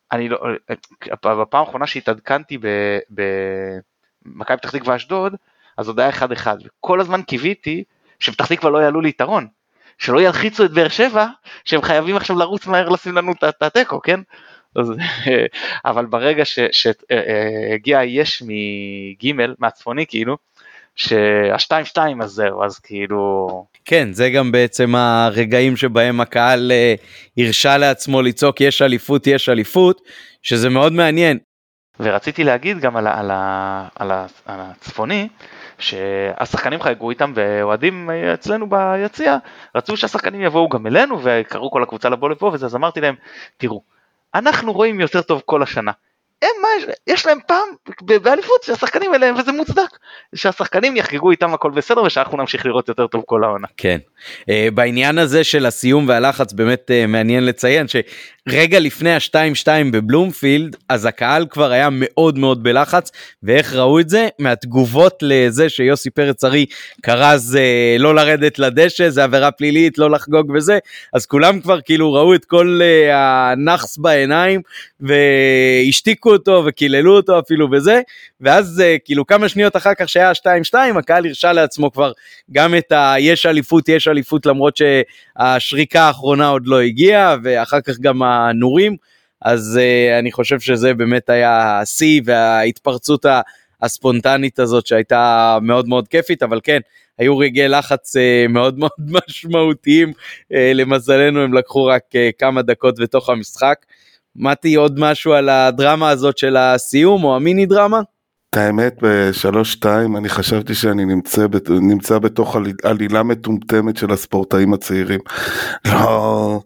בפעם האחרונה שהתעדכנתי במכבי פתח תקווה אשדוד, אז עוד היה 1-1, וכל הזמן קיוויתי שפתח תקווה לא יעלו לי יתרון, שלא ילחיצו את באר שבע, שהם חייבים עכשיו לרוץ מהר לשים לנו את הטקו, כן? אבל ברגע שהגיע יש מגימל, מהצפוני כאילו, שה-2-2 אז זהו, אז כאילו... כן, זה גם בעצם הרגעים שבהם הקהל הרשה לעצמו לצעוק, יש אליפות, שזה מאוד מעניין. ורציתי להגיד גם על הצפוני, שהשחקנים חייגו איתם, ואוהדים אצלנו ביציע, רצו שהשחקנים יבואו גם אלינו, וקראו כל הקבוצה לבוא לפה, אז אמרתי להם, תראו, אנחנו רואים יותר טוב כל השנה, יש להם פעם באליפות שהשחקנים אליהם, וזה מוצדק, שהשחקנים יחגגו איתם הכל בסדר, ושאנחנו נמשיך לראות יותר טוב כל העונה. כן, בעניין הזה של הסיום והלחץ, באמת מעניין לציין שרגע לפני ה-2-2 בבלומפילד, אז הקהל כבר היה מאוד מאוד בלחץ, ואיך ראו את זה? מהתגובות לזה שיוסי פרץ ארי קרז לא לרדת לדשא, זה עבירה פלילית, לא לחגוג וזה, אז כולם כבר כאילו ראו את כל הנחס בעיניים, והשתיקו אותו וקיללו אותו אפילו בזה, ואז כאילו כמה שניות אחר כך שהיה 2-2, הקהל הרשה לעצמו כבר גם את יש אליפות למרות שהשריקה האחרונה עוד לא הגיעה, ואחר כך גם הנורים, אז אני חושב שזה באמת היה השיא, וההתפרצות הספונטנית הזאת שהייתה מאוד מאוד כיפית, אבל כן, היו רגעי לחץ מאוד מאוד משמעותיים, למזלנו הם לקחו רק כמה דקות בתוך המשחק. מתי, עוד משהו על הדרמה הזאת של הסיום, או המיני דרמה? האמת, ב-3-2 אני חשבתי שאני נמצא בתוך עלילה מטומטמת של הספורטאים הצעירים. לא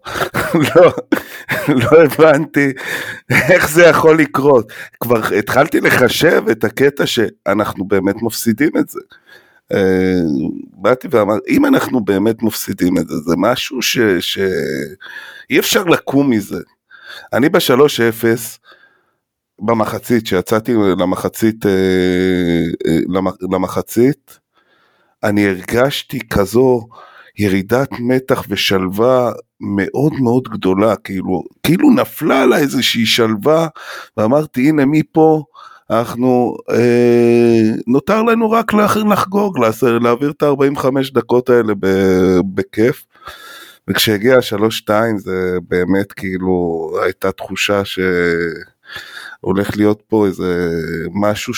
הבנתי איך זה יכול לקרות. כבר התחלתי לחשב את הקטע שאנחנו באמת מפסידים את זה. באתי ואמר, אם אנחנו באמת מפסידים את זה, זה משהו שאי אפשר לקום מזה. אני ב-3-0, במחצית, שיצאתי למחצית, אני הרגשתי כזו ירידת מתח ושלווה מאוד מאוד גדולה, כאילו נפלה עלה איזושהי שלווה, ואמרתי, הנה מפה, אנחנו, נותר לנו רק לחגוג, להעביר את ה-45 דקות האלה בכיף, וכשהגיע 3-2, זה באמת כאילו, הייתה תחושה הולך להיות פה איזה משהו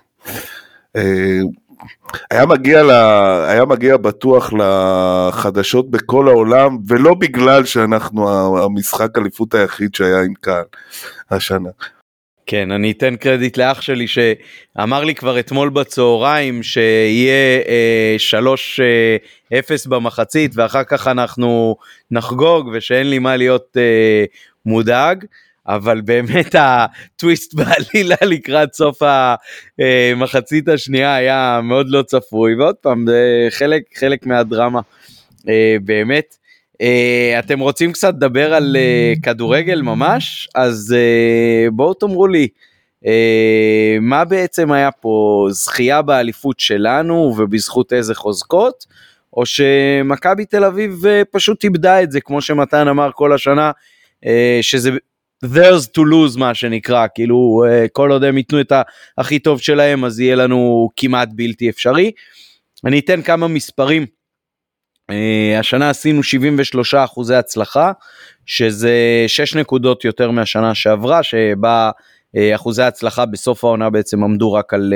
היה מגיע בטוח לחדשות בכל העולם, ולא בגלל שאנחנו המשחק אליפות היחיד שהיה עם קהל השנה. כן, אני אתן קרדיט לאח שלי שאמר לי כבר אתמול בצהריים שיהיה 3-0 במחצית, ואחר כך אנחנו נחגוג, ושאין לי מה להיות מודאג, אבל באמת הטוויסט בעלילה לקראת סוף המחצית השנייה היה מאוד לא צפוי, ועוד פעם זה חלק מהדרמה באמת. אתם רוצים קצת לדבר על כדורגל ממש? אז בואו תאמרו לי, מה בעצם היה פה, זכייה באליפות שלנו ובזכות איזה חוזקות, או שמכבי תל אביב פשוט איבדה את זה, כמו שמתן אמר כל השנה, שזה theirs to lose מה שנקרא, כאילו כל עוד הם ייתנו את הכי טוב שלהם, אז יהיה לנו כמעט בלתי אפשרי. אני אתן כמה מספרים. השנה עשינו 73% הצלחה, שזה 6 נקודות יותר מהשנה שעברה, שבה אחוזי הצלחה בסוף העונה בעצם עמדו רק על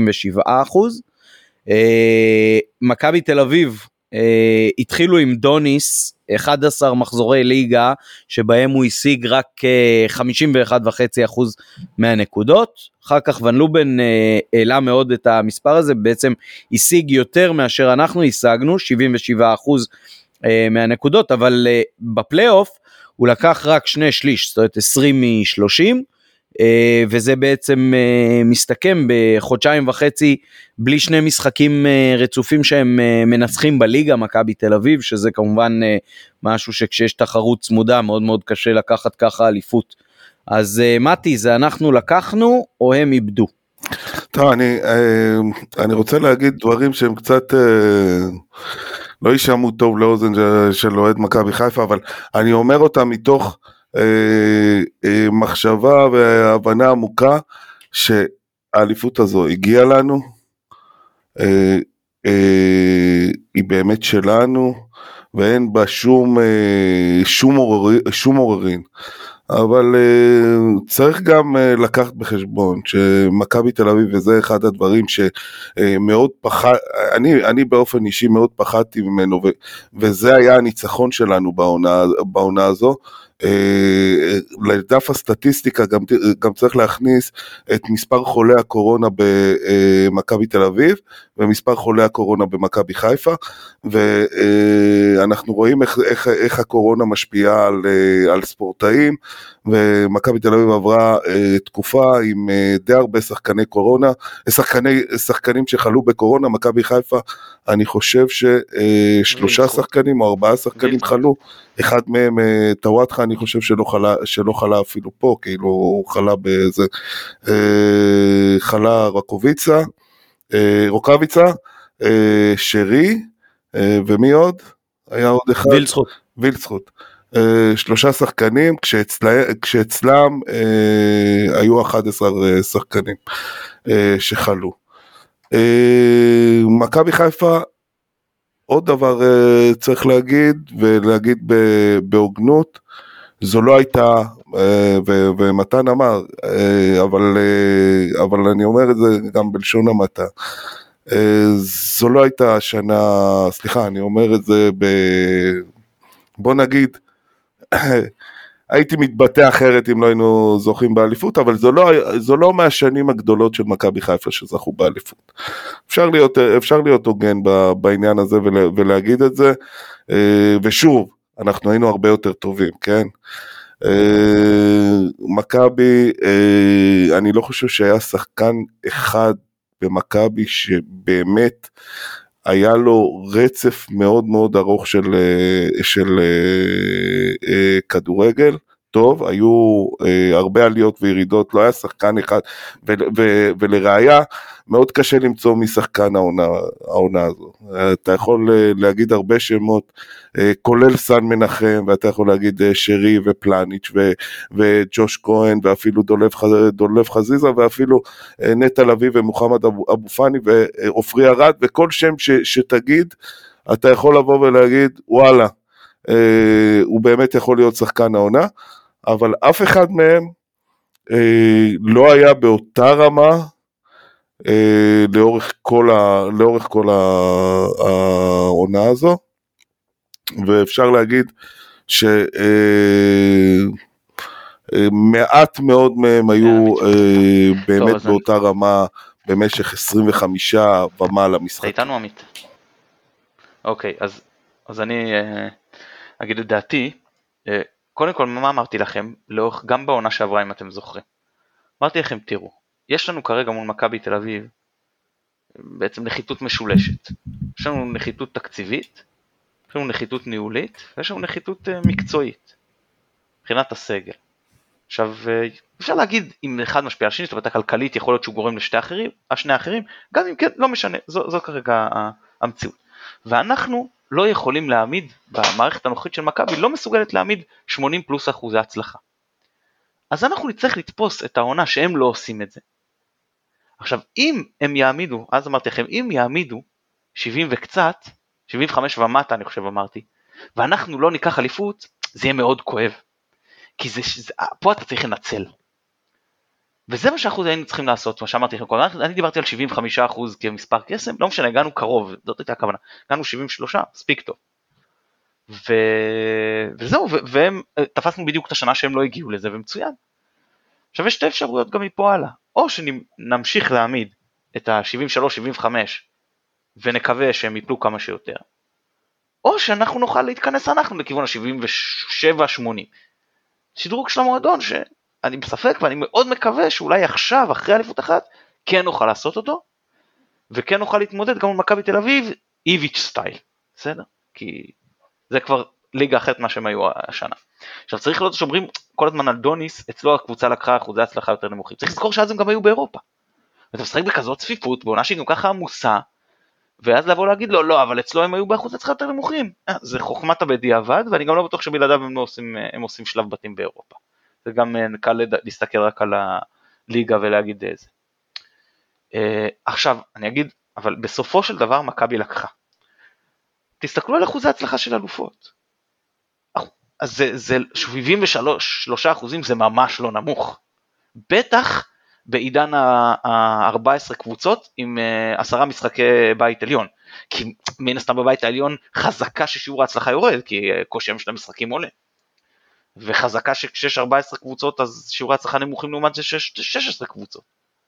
67%. מכבי תל אביב התחילו עם דוניס 11 מחזורי ליגה, שבהם הוא השיג רק 51.5% מהנקודות. אחר כך ון לובן העלה מאוד את המספר הזה, בעצם השיג יותר מאשר אנחנו השגנו, 77% מהנקודות, אבל בפלי אוף הוא לקח רק 2/3, זאת אומרת 20 מ-30, וזה בעצם מסתכם בחודשיים וחצי בלי 2 משחקים רצופים שהם מנצחים בליגה, מכבי תל אביב, שזה כמובן משהו שכשיש תחרות צמודה מאוד מאוד קשה לקחת ככה אליפות. אז מתי, זה אנחנו לקחנו או הם איבדו? טוב, אני רוצה להגיד דברים שהם קצת לא יישמעו טוב לאוזן של אוהד מכבי חיפה, אבל אני אומר אותם מתוך מחשבה והבנה עמוקה שהאליפות הזו הגיעה לנו, היא באמת שלנו, ואין בה שום עוררין. אבל צריך גם לקחת בחשבון שמכבי תל אביב, וזה אחד הדברים שמאוד אני באופן אישי מאוד פחדתי ממנו, וזה היה הניצחון שלנו בעונה הזו, לדף הסטטיסטיקה גם צריך להכניס את מספר חולי הקורונה במכבי תל אביב, ומספר חולי הקורונה במכבי חיפה, ואנחנו רואים איך הקורונה משפיעה על ספורטאים, ומכבי תל אביב עברה תקופה עם די הרבה שחקני קורונה, שחקנים שחלו בקורונה. מכבי חיפה, אני חושב ששלושה שחקנים או 4 שחקנים חלו, אחד מהם טוואטחה, אני חושב שלא חלה אפילו פה, כאילו הוא חלה באיזה, חלה רוקאביצה, שרי, ומי עוד? היה עוד אחד? וילצחוט. 3 שחקנים, כשאצלם היו 11 שחקנים שחלו. מכבי חיפה, עוד דבר צריך להגיד, ולהגיד בהוגנות, זו לא הייתה, ומתן אמר, אבל אני אומר את זה גם בלשון המעטה, זו לא הייתה שנה, סליחה, אני אומר את זה בוא נגיד, הייתי מתבטא אחרת אם לא היינו זוכים באליפות, אבל זו לא מהשנים הגדולות של מכבי חיפה שזכו באליפות. אפשר להיות הוגן בעניין הזה ולהגיד את זה, ושוב, אנחנו היינו הרבה יותר טובים, כן? מכבי, אני לא חושב שהיה שחקן אחד במכבי שבאמת היה לו רצף מאוד מאוד ארוך של כדורגל טוב, היו הרבה עליות וירידות, לא היה שחקן אחד, ולראיה מאוד קשה למצוא משחקן העונה הזו. אתה יכול להגיד הרבה שמות, כולל סן מנחם, ואתה יכול להגיד שרי ופלניץ' וג'וש כהן, ואפילו דולב חזיזה, ואפילו נטע לביא ומוחמד אבו פאני ואופרי ארד, וכל שם שתגיד, אתה יכול לבוא ולהגיד, וואלה, הוא באמת יכול להיות שחקן העונה, אבל אף אחד מהם לא היה באותה רמה לאורך כל העונה הזו, ואפשר להגיד שמעט מאוד מהם היו באמת באותה רמה במשך 25 ומעלה משחקים. איתנו עמית. אוקיי, אז אני אגיד את דעתי. קודם כל, מה אמרתי לכם? גם בעונה שעברה, אם אתם זוכרים. אמרתי לכם, תראו, יש לנו כרגע מול מכבי תל אביב בעצם נחיתות משולשת. יש לנו נחיתות תקציבית, יש לנו נחיתות ניהולית, ויש לנו נחיתות מקצועית, מבחינת הסגל. עכשיו, אפשר להגיד אם אחד משפיע על שני, זאת אומרת, הכלכלית יכול להיות שהוא גורם לשני האחרים, גם אם כן, לא משנה, זו כרגע המציאות. ואנחנו לא יכולים להעמיד, במערכת הנוכחית של מכבי, לא מסוגלת להעמיד 80+% הצלחה. אז אנחנו נצטרך לתפוס את העונה שהם לא עושים את זה. עכשיו, אם הם יעמידו, אז אמרתי לכם, אם יעמידו 70 וקצת, 75 ומטה אני חושב אמרתי, ואנחנו לא ניקח אליפות, זה יהיה מאוד כואב. כי פה אתה צריך לנצל. וזה מה שאנחנו היינו צריכים לעשות, מה שאמרתי לכם, אני דיברתי על 75% כמספר קסם, לא משנה, הגענו קרוב, זאת הייתה הכוונה, הגענו 73, ספיק טוב. וזהו, והם תפסנו בדיוק את השנה שהם לא הגיעו לזה, ומצוין. עכשיו יש 2 אפשרויות גם מפה הלאה, או שנמשיך להעמיד את ה-73-75, ונקווה שהם יפלו כמה שיותר, או שאנחנו נוכל להתכנס אנחנו לכיוון ה-77-80. שדרוג של המועדון, שאני בספק ואני מאוד מקווה שאולי עכשיו, אחרי אליפות אחת, כן נוכל לעשות אותו, וכן נוכל להתמודד גם עם מכבי תל אביב, איביץ' סטייל, בסדר? כי זה כבר ליגה אחרת מה שהם היו השנה. עכשיו צריך לראות שאומרים כל הזמן על דוניס, אצלו הקבוצה לקחה אחוזי הצלחה יותר נמוכים. צריך לזכור שאז הם גם היו באירופה. ואתה משחק בכזאת צפיפות, בעונה שהיא גם ככה עמוסה, ואז לבוא להגיד לו, לא, אבל אצלו הם היו באחוזי הצלחה יותר נמוכים. זה חוכמת הבדיעבד, ואני גם לא בטוח שבלעדיו הם עושים שלב בתים באירופה. זה גם קל להסתכל רק על הליגה ולהגיד איזה. עכשיו, אני אגיד, אבל בסופו של דבר מכבי לקחה. תסתכלו על אחוזי הצלחה של אלופות. אז זה 73% זה ממש לא נמוך. בטח בעידן ה-14 קבוצות עם 10 משחקי בית עליון. כי מן הסתם בבית העליון חזקה ששיעור ההצלחה יורד, כי קושי של המשחקים עולה. וחזקה שכשיש 14 קבוצות, אז שיעורי הצלחה נמוכים לעומת זה 16 קבוצות.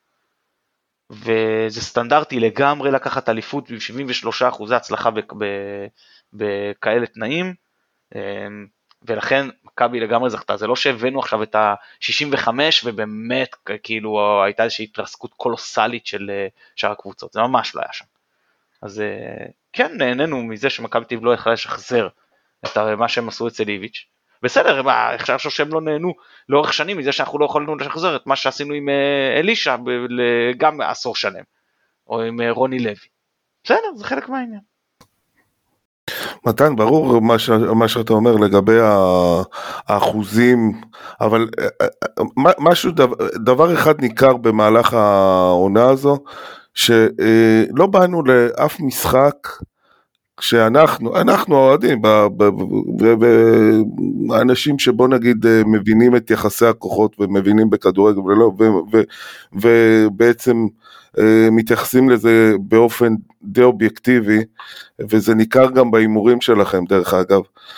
וזה סטנדרטי לגמרי לקחת אליפות ב-73% הצלחה בכאלה תנאים, ולכן מכבי לגמרי זכתה. זה לא שהבאנו עכשיו את ה-65 ובאמת כאילו הייתה איזושהי התרסקות קולוסלית של שאר הקבוצות, זה ממש לא היה שם. אז כן, נהנינו מזה שמכבי תל אביב לא יכלה לשחזר את מה שהם עשו אצל איביץ'. בסדר, עכשיו שהם לא נהנו לאורך שנים מזה שאנחנו לא יכולנו לשחזר את מה שעשינו עם אלישה גם עשור שלם, או עם רוני לוי. בסדר, זה חלק מהעניין. מתן, ברור מה שאתה אומר לגבי האחוזים, אבל דבר אחד ניכר במהלך העונה הזו, שלא באנו לאף משחק כשאנחנו האוהדים, האנשים שבוא נגיד מבינים את יחסי הכוחות ומבינים בכדורגל ובעצם מתייחסים לזה באופן די אובייקטיבי, וזה ניכר גם בהימורים שלכם דרך אגב,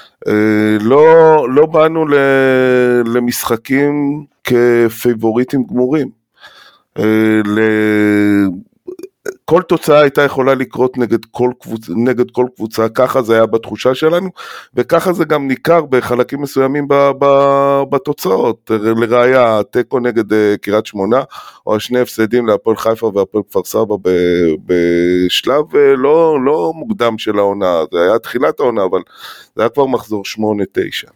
לא באנו למשחקים כפייבוריטים גמורים, כל תוצאה הייתה יכולה לקרות נגד כל קבוצה, ככה זה היה בתחושה שלנו, וככה זה גם ניכר בחלקים מסוימים בתוצאות, לראיה תיקו נגד קריית שמונה, או שני הפסדים להפועל חיפה והפועל כפר סבא בשלב לא מוקדם של העונה, זה היה תחילת העונה, אבל זה היה כבר מחזור 8-9.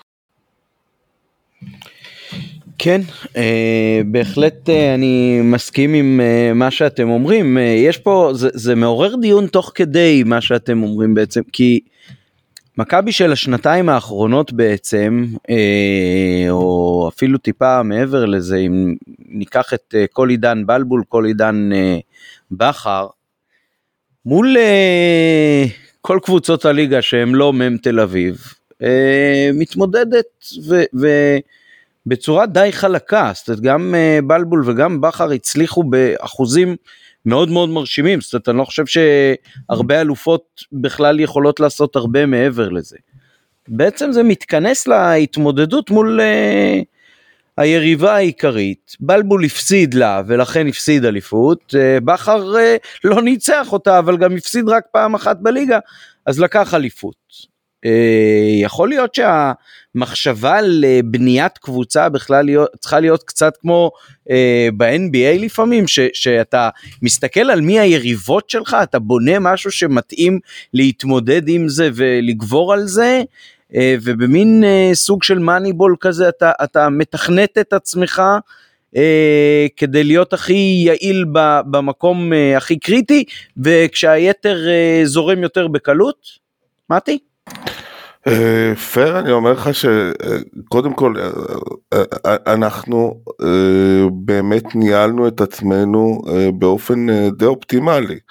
כן, בהחלט אני מסכים עם מה שאתם אומרים, יש פה, זה מעורר דיון תוך כדי מה שאתם אומרים בעצם, כי מכבי של השנתיים האחרונות בעצם, או אפילו טיפה מעבר לזה, אם ניקח את כל עידן בלבול, כל עידן בכר, מול כל קבוצות הליגה שהם לא מם תל אביב, מתמודדת בצורה די חלקה, זאת אומרת, גם בלבול וגם בכר הצליחו באחוזים מאוד מאוד מרשימים, זאת אומרת, אני לא חושב שהרבה אלופות בכלל יכולות לעשות הרבה מעבר לזה. בעצם זה מתכנס להתמודדות מול היריבה העיקרית, בלבול הפסיד לה ולכן הפסיד אליפות, בכר לא ניצח אותה אבל גם הפסיד רק פעם אחת בליגה, אז לקח אליפות. יכול להיות שהמחשבה לבניית קבוצה בכלל צריכה להיות קצת כמו ב-NBA לפעמים, שאתה מסתכל על מי היריבות שלך, אתה בונה משהו שמתאים להתמודד עם זה ולגבור על זה, ובמין סוג של מאניבול כזה אתה מתכנת את עצמך כדי להיות הכי יעיל במקום הכי קריטי, וכשהיתר זורם יותר בקלות. מתי? פייר, אני אומר לך שקודם כל אנחנו באמת ניהלנו את עצמנו באופן די אופטימלי,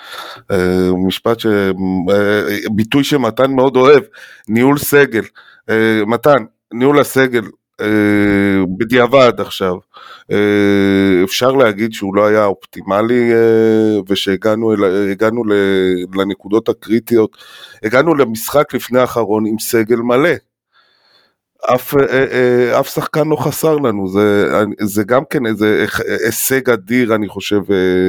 ביטוי שמתן מאוד אוהב, ניהול סגל. מתן, ניהול הסגל בדיעבד עכשיו, אפשר להגיד שהוא לא היה אופטימלי, ושהגענו לנקודות הקריטיות, הגענו למשחק לפני האחרון עם סגל מלא, אף שחקן לא חסר לנו, זה גם כן איזה הישג אדיר אני חושב,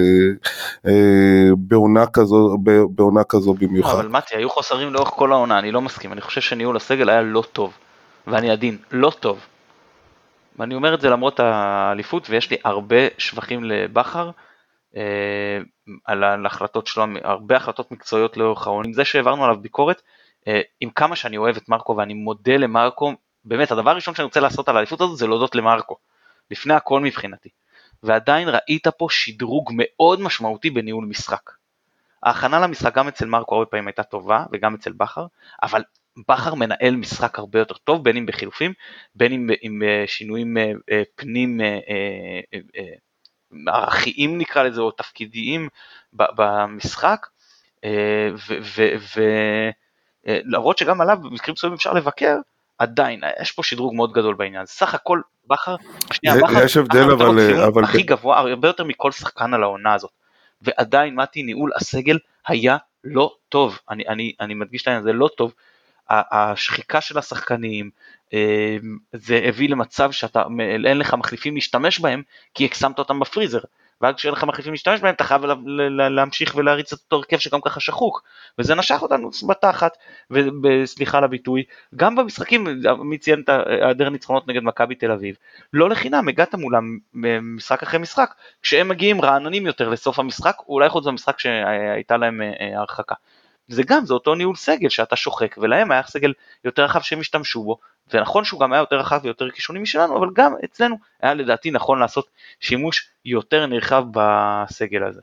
בעונה כזו במיוחד. אבל מתי, היו חוסרים לאורך כל העונה, אני לא מסכים, אני חושב שניהול הסגל היה לא טוב, ואני עדין, לא טוב. ואני אומר את זה למרות האליפות, ויש לי הרבה שבחים לבכר, על ההחלטות שלו, הרבה החלטות מקצועיות לאורך העונה, עם זה שהעברנו עליו ביקורת, עם כמה שאני אוהב את מרקו, ואני מודה למרקו, באמת, הדבר הראשון שאני רוצה לעשות על האליפות הזאת, זה להודות למרקו, לפני הכל מבחינתי, ועדיין ראית פה שדרוג מאוד משמעותי בניהול משחק. ההכנה למשחק גם אצל מרקו הרבה פעמים הייתה טובה, וגם אצל בכר, אבל בכר מנהל משחק הרבה יותר טוב, בין אם בחילופים, בין אם עם שינויים פנים מערכיים נקרא לזה, או תפקידיים במשחק, ולמרות שגם עליו במקרים מסוימים אפשר לבקר, עדיין יש פה שדרוג מאוד גדול בעניין. סך הכל בכר, יש הבדל אבל הכי גבוה, הרבה יותר מכל שחקן על העונה הזאת, ועדיין מתי ניהול הסגל היה לא טוב, אני מדגיש לעניין, זה לא טוב, השחיקה של השחקנים, זה הביא למצב שאתה, אין לך מחליפים להשתמש בהם, כי הקסמת אותם בפריזר, ואז כשאין לך מחליפים להשתמש בהם, אתה חייב להמשיך ולהריץ את אותו הרכב שגם ככה שחוק, וזה נשך אותנו בתחת, וסליחה על הביטוי, גם במשחקים, מי ציין את היעדר ניצחונות נגד מכבי תל אביב, לא לחינם, הגעת מולם משחק אחרי משחק, כשהם מגיעים רעננים יותר לסוף המשחק, אולי חוץ במשחק שהייתה להם הרחקה. זה גם, זה אותו ניהול סגל שאתה שוחק, ולהם היה סגל יותר רחב שהם השתמשו בו, ונכון שהוא גם היה יותר רחב ויותר קישוני משלנו, אבל גם אצלנו היה לדעתי נכון לעשות שימוש יותר נרחב בסגל הזה.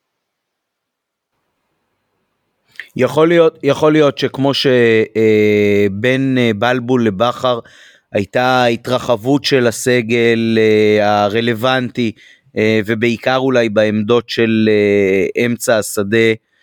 יכול להיות שכמו שבין בלבול לבחר הייתה התרחבות של הסגל הרלוונטי, ובעיקר אולי בעמדות של אמצע השדה,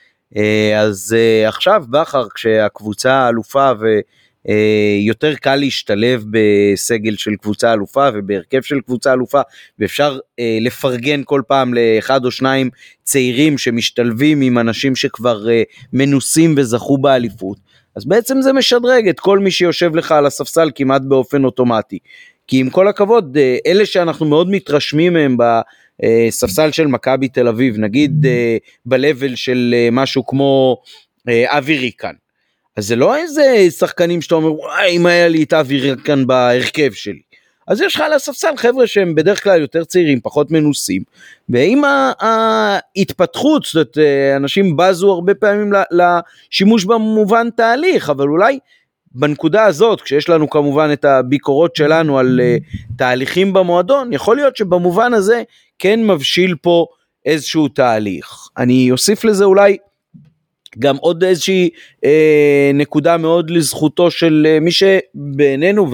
אז עכשיו בחר כשהקבוצה אלופה ויותר קל להשתלב בסגל של קבוצה אלופה ובהרכב של קבוצה אלופה, ואפשר לפרגן כל פעם לאחד או שניים צעירים שמשתלבים עם אנשים שכבר מנוסים וזכו באליפות, אז בעצם זה משדרג את כל מי שיושב לך על הספסל כמעט באופן אוטומטי, כי עם כל הכבוד אלה שאנחנו מאוד מתרשמים מהם בספסל של מכבי תל אביב, נגיד בלבל של משהו כמו אבי ריקן, אז זה לא איזה שחקנים שאתה אומר וואי אם היה לי את אבי ריקן בהרכב שלי, אז יש לך על הספסל חבר'ה שהם בדרך כלל יותר צעירים, פחות מנוסים, ועם ההתפתחות, זאת אומרת, אנשים בזו הרבה פעמים לשימוש במובן תהליך, אבל אולי בנקודה הזאת, כשיש לנו כמובן את הביקורות שלנו על תהליכים במועדון, יכול להיות שבמובן הזה כן מבשיל פה איזשהו תהליך. אני אוסיף לזה אולי גם עוד איזושהי נקודה מאוד לזכותו של מי שבעינינו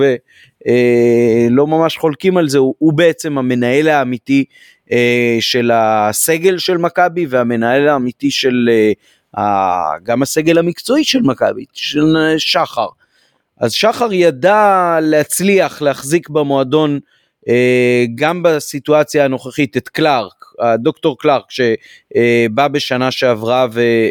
ולא ממש חולקים על זה, הוא בעצם המנהל האמיתי של הסגל של מכבי, והמנהל האמיתי של גם הסגל המקצועי של מכבי, של שחר. אז שחר ידע להצליח להחזיק במועדון גם בסיטואציה הנוכחית את קלארק, הדוקטור קלארק שבא בשנה שעברה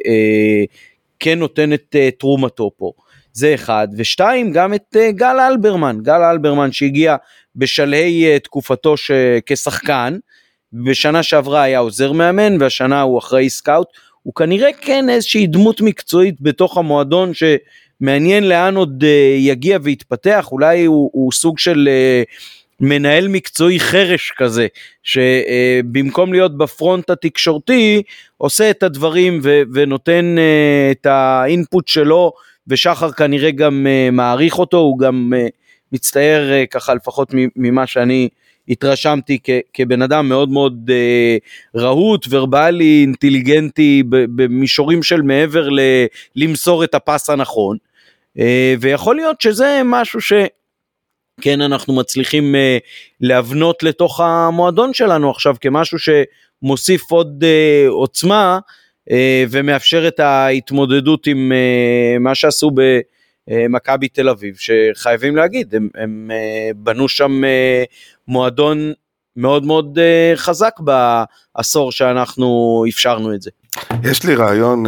וכן נותן את תרומתו פה, זה אחד, ושתיים גם את גל אלברמן שהגיע בשלהי תקופתו כשחקן, בשנה שעברה היה עוזר מאמן והשנה הוא אחראי סקאוט, הוא כנראה כן איזושהי דמות מקצועית בתוך המועדון שמעניין לאן עוד יגיע ויתפתח, אולי הוא סוג של מנהל מקצועי חרש כזה, שבמקום להיות בפרונט התקשורתי, עושה את הדברים ונותן את האינפוט שלו, ושחר כנראה גם מעריך אותו, הוא גם מצטייר ככה לפחות ממה שאני התרשמתי כבן אדם מאוד מאוד רהוט, ורבלי, אינטליגנטי, במישורים של מעבר למסור את הפס הנכון, ויכול להיות שזה משהו כן אנחנו מצליחים להבנות לתוך המועדון שלנו עכשיו, כמשהו שמוסיף עוד עוצמה, ומאפשר את ההתמודדות עם מה שעשו במכבי תל אביב, שחייבים להגיד, הם בנו שם מועדון מאוד מאוד חזק בעשור שאנחנו אפשרנו את זה. יש לי רעיון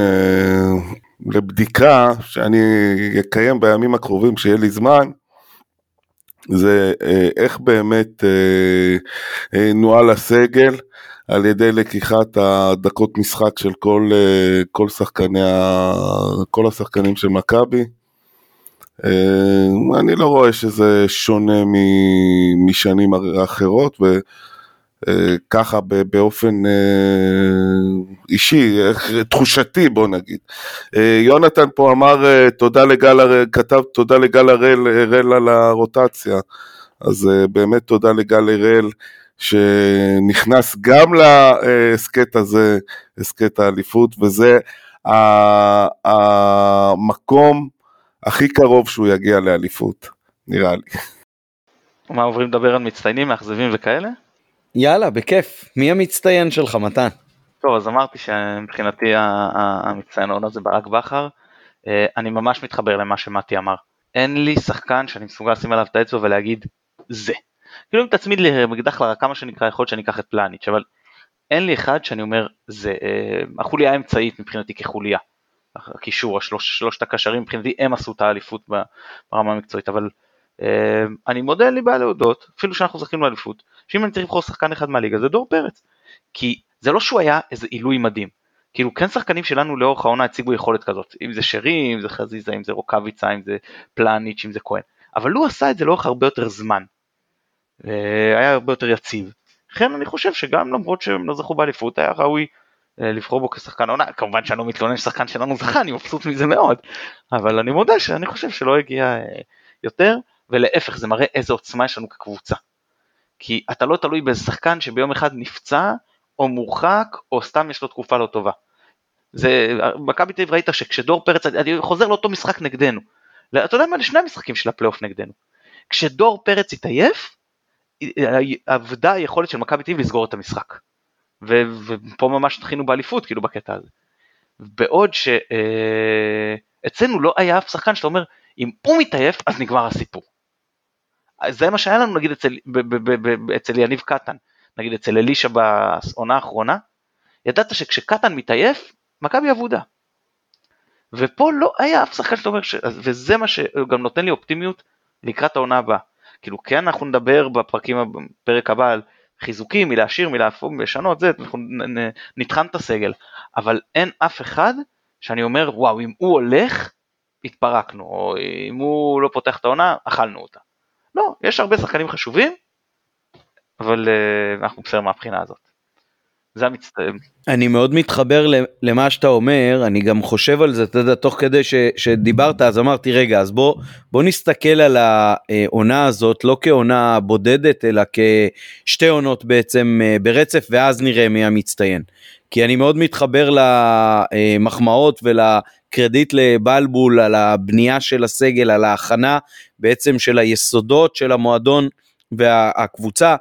לבדיקה שאני אקיים בימים הקרובים שיהיה לי זמן, זה איך באמת נועל הסגל על ידי לקיחת הדקות משחק של כל השחקנים של מכבי. אני לא רואה שזה שונה משנים אחרות, וככה באופן אישי, תחושתי בוא נגיד. יונתן פה אמר כתב תודה לגל הראל על הרוטציה, אז באמת תודה לגל הראל שנכנס גם לעסקת הזה, עסקת האליפות, וזה המקום הכי קרוב שהוא יגיע לאליפות, נראה לי. מה, עוברים לדבר על מצטיינים, מאכזבים וכאלה? יאללה, בכיף. מי המצטיין שלך, מתן? טוב, אז אמרתי שמבחינתי המצטיין העונה זה ברק בכר. אני ממש מתחבר למה שמתי אמר. אין לי שחקן שאני מסוגל לשים עליו את האצבע ולהגיד זה. כאילו אם תצמיד לי מגדח לרקה מה שנקרא, יכול להיות שאני אקח את פלניץ', אבל אין לי אחד שאני אומר זה. החוליה האמצעית מבחינתי כחוליה. הקישור, שלושת הקשרים, מבחינתי הם עשו את האליפות ברמה המקצועית, אבל אני מודה, אין לי בעיה להודות, אפילו שאנחנו זכינו לאליפות, שאם אני צריך לבחור שחקן אחד מהליגה, זה דור פרץ, כי זה לא שהוא היה איזה עילוי מדהים, כאילו כן שחקנים שלנו לאורך העונה הציגו יכולת כזאת, אם זה שרי, אם זה חזיזה, אם זה רוקביצה, אם זה פלניץ', אם זה כהן, אבל הוא עשה את זה לאורך הרבה יותר זמן, היה הרבה יותר יציב, לכן אני חושב שגם למרות שהם לא זכו באליפות, היה ראוי לבחור בו כשחקן עונה, כמובן שאני לא מתלונן ששחקן שלנו זכה, אני מבסוט מזה מאוד, אבל אני מודה שאני חושב שלא הגיע יותר, ולהפך זה מראה איזה עוצמה יש לנו כקבוצה, כי אתה לא תלוי באיזה שחקן שביום אחד נפצע, או מורחק, או סתם יש לו תקופה לא טובה. זה, מכבי תל אביב ראית שכשדור פרץ, אני חוזר לאותו משחק נגדנו, אתה יודע מה, לשני המשחקים של הפלייאוף נגדנו, כשדור פרץ התעייף, עבדה היכולת של מכבי תל אביב לסגור את המשחק, ופה ממש תחינו באליפות, כאילו בקטע הזה. בעוד שאצלנו לא היה אף שחקן שאתה אומר, אם הוא מתעייף, אז נגמר הסיפור. זה מה שהיה לנו, נגיד, אצל יניב קטן, נגיד אצל אלישה בעונה האחרונה, ידעת שכשקטן מתעייף, מכבי עבודה. ופה לא היה אף שחקן שאתה אומר, וזה מה שגם נותן לי אופטימיות לקראת העונה הבאה. כאילו, כן, אנחנו נדבר בפרק הבא על חיזוקים, מלהשאיר, מלהפוך, מלשנות, זה, אנחנו נתחן את הסגל. אבל אין אף אחד שאני אומר, וואו, אם הוא הולך, התפרקנו, או אם הוא לא פותח את העונה, אכלנו אותה. לא, יש הרבה שחקנים חשובים, אבל אנחנו בסדר מהבחינה הזאת. זה המצטעם. אני מאוד מתחבר למה שאתה אומר, אני גם חושב על זה, אתה יודע, תוך כדי שדיברת, אז אמרתי, רגע, אז בוא נסתכל על העונה הזאת, לא כעונה בודדת, אלא כשתי עונות בעצם ברצף, ואז נראה מי המצטיין. כי אני מאוד מתחבר למחמאות ולקרדיט לבלבול, על הבנייה של הסגל, על ההכנה בעצם של היסודות של המועדון והקבוצה,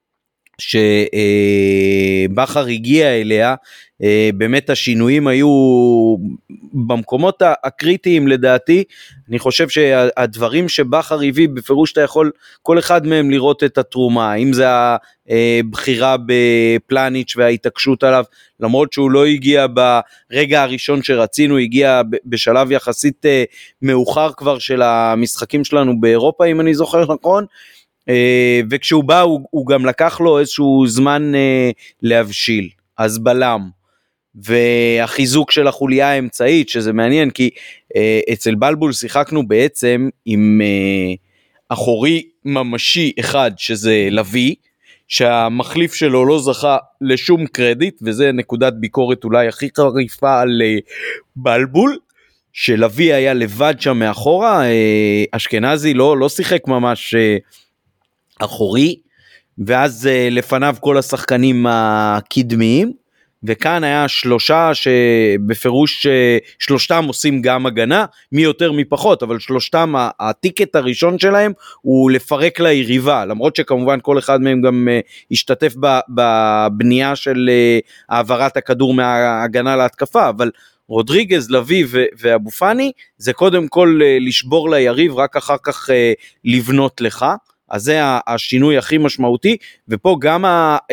שבחר הגיע אליה, באמת השינויים היו במקומות הקריטיים לדעתי, אני חושב שהדברים שבחר הביא בפירוש אתה יכול כל אחד מהם לראות את התרומה, אם זה הבחירה בפלניץ' וההתעקשות עליו, למרות שהוא לא הגיע ברגע הראשון שרצינו, הגיע בשלב יחסית מאוחר כבר של המשחקים שלנו באירופה אם אני זוכר נכון, וכשהוא בא הוא גם לקח לו איזשהו זמן להבשיל, אז בלם, והחיזוק של החוליה האמצעית, שזה מעניין כי אצל בלבול שיחקנו בעצם עם אחורי ממשי אחד שזה לוי, שהמחליף שלו לא זכה לשום קרדיט, וזה נקודת ביקורת אולי הכי חריפה על בלבול, שלוי היה לבד שם מאחורה, אשכנזי לא שיחק ממש אחורי, ואז לפניו כל השחקנים הקדמיים, וכאן היה שלושה שבפירוש שלושתם עושים גם הגנה, מי יותר מי פחות, אבל שלושתם הטיקט הראשון שלהם הוא לפרק ליריבה, למרות שכמובן כל אחד מהם גם השתתף בבנייה של העברת הכדור מההגנה להתקפה, אבל רודריגז, לוי ואבו פאני, זה קודם כל לשבור ליריב, רק אחר כך לבנות לך, אז זה השינוי הכי משמעותי, ופה גם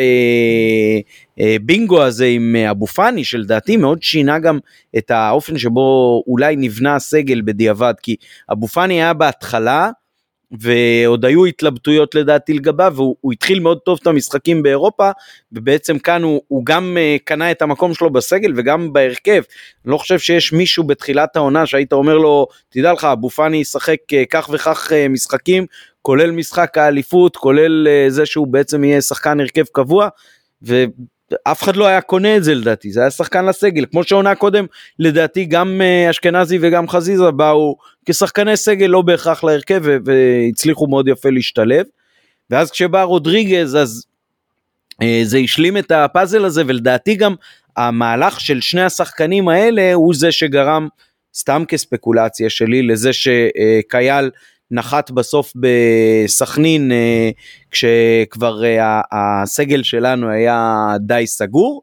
הבינגו הזה עם אבו פאני, שלדעתי מאוד שינה גם את האופן שבו אולי נבנה הסגל בדיעבד, כי אבו פאני היה בהתחלה, ועוד היו התלבטויות לדעתי לגביו, והוא התחיל מאוד טוב את המשחקים באירופה, ובעצם כאן הוא גם קנה את המקום שלו בסגל, וגם בהרכב, אני לא חושב שיש מישהו בתחילת העונה, שהיית אומר לו, תדע לך, אבו פאני ישחק כך וכך משחקים, כולל משחק האליפות, כולל זה שהוא בעצם יהיה שחקן הרכב קבוע, ואף אחד לא היה קונה את זה לדעתי, זה היה שחקן לסגל, כמו שעונה קודם, לדעתי גם אשכנזי וגם חזיזה באו כשחקני סגל לא בהכרח להרכב, והצליחו מאוד יפה להשתלב, ואז כשבא רודריגז, אז זה השלים את הפאזל הזה, ולדעתי גם המהלך של שני השחקנים האלה, הוא זה שגרם, סתם כספקולציה שלי, לזה שקייל נחת בסוף בסכנין, כשכבר הסגל שלנו היה די סגור,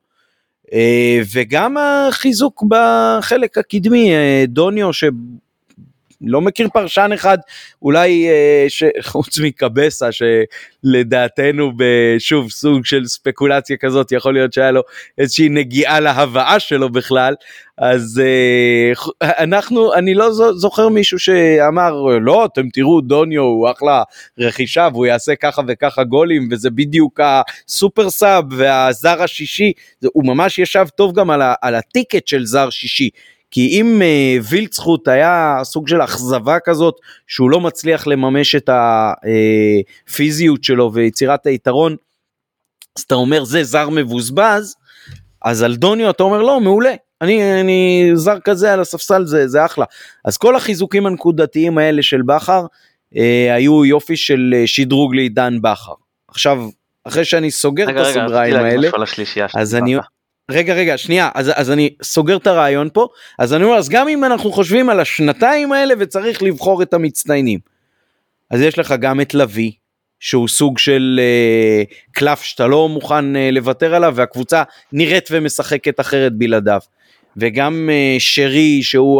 וגם החיזוק בחלק הקדמי, דוניו לא מכיר פרשן אחד, אולי חוץ מקבסה, שלדעתנו בשוב סוג של ספקולציה כזאת, יכול להיות שהיה לו איזושהי נגיעה להבאה שלו בכלל, אז אני לא זוכר מישהו שאמר, לא, אתם תראו, דוניו הוא אחלה רכישה, והוא יעשה ככה וככה גולים, וזה בדיוק הסופר סאב והזר השישי, הוא ממש ישב טוב גם על הטיקט של זר שישי, כי אם וילצחוט היה סוג של אכזבה כזאת, שהוא לא מצליח לממש את הפיזיות שלו ויצירת היתרון, אז אתה אומר זה זר מבוזבז, אז על דוניו אתה אומר לא, מעולה, אני זר כזה על הספסל, זה אחלה. אז כל החיזוקים הנקודתיים האלה של בכר, היו יופי של שדרוג לעידן בכר. עכשיו, אחרי שאני סוגר את הסוגריים האלה, אז אני... רגע, שנייה, אז אני סוגר את הרעיון פה, אז אני אומר, אז גם אם אנחנו חושבים על השנתיים האלה, וצריך לבחור את המצטיינים, אז יש לך גם את לוי, שהוא סוג של קלף שאתה לא מוכן לוותר עליו, והקבוצה נראית ומשחקת אחרת בלעדיו, וגם שרי, שהוא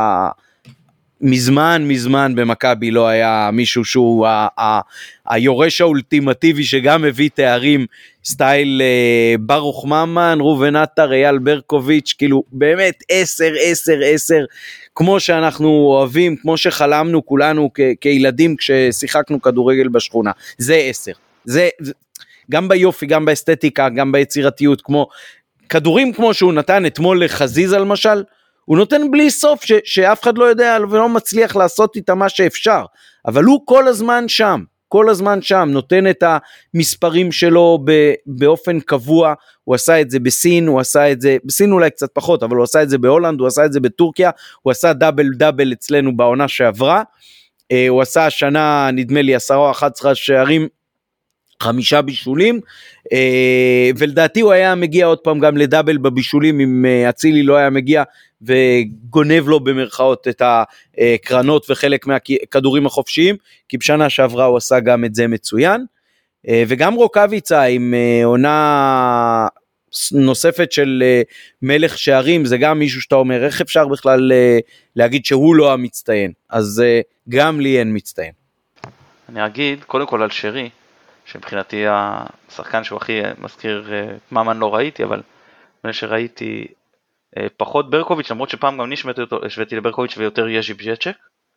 מזמן במכבי לא היה מישהו שהוא היורש האולטימטיבי שגם מביא תארים סטייל ברוך ממן, רובן עטר, אייל ברקוביץ', כאילו באמת 10, כמו שאנחנו אוהבים, כמו שחלמנו כולנו כילדים כששיחקנו כדורגל בשכונה, זה 10, זה גם ביופי, גם באסתטיקה, גם ביצירתיות, כמו כדורים כמו שהוא נתן אתמול לחזיזה למשל, הוא נותן בלי סוף שאף אחד לא יודע ולא מצליח לעשות איתה מה שאפשר, אבל הוא כל הזמן שם, נותן את המספרים שלו באופן קבוע, הוא עשה את זה בסין, הוא עשה את זה, בסין אולי קצת פחות, אבל הוא עשה את זה בהולנד, הוא עשה את זה בטורקיה, הוא עשה דאבל אצלנו בעונה שעברה, הוא עשה השנה נדמה לי 10 או 11 שערים, 5 בישולים, ולדעתי הוא היה מגיע עוד פעם גם לדאבל בבישולים, אם אצילי לא היה מגיע וגונב לו במרכאות את הקרנות וחלק מהכדורים החופשיים, כי בשנה שעברה הוא עשה גם את זה מצוין, וגם רוקאביצה עם עונה נוספת של מלך שערים, זה גם מישהו שאתה אומר, איך אפשר בכלל להגיד שהוא לא המצטיין, אז גם לי אין מצטיין. אני אגיד קודם כל על שרי, שמבחינתי השחקן שהוא הכי מזכיר ממן לא ראיתי, אבל בין שראיתי פחות ברקוביץ', למרות שפעם גם אני השוויתי לברקוביץ' ויותר יז'י בז'צ'ק.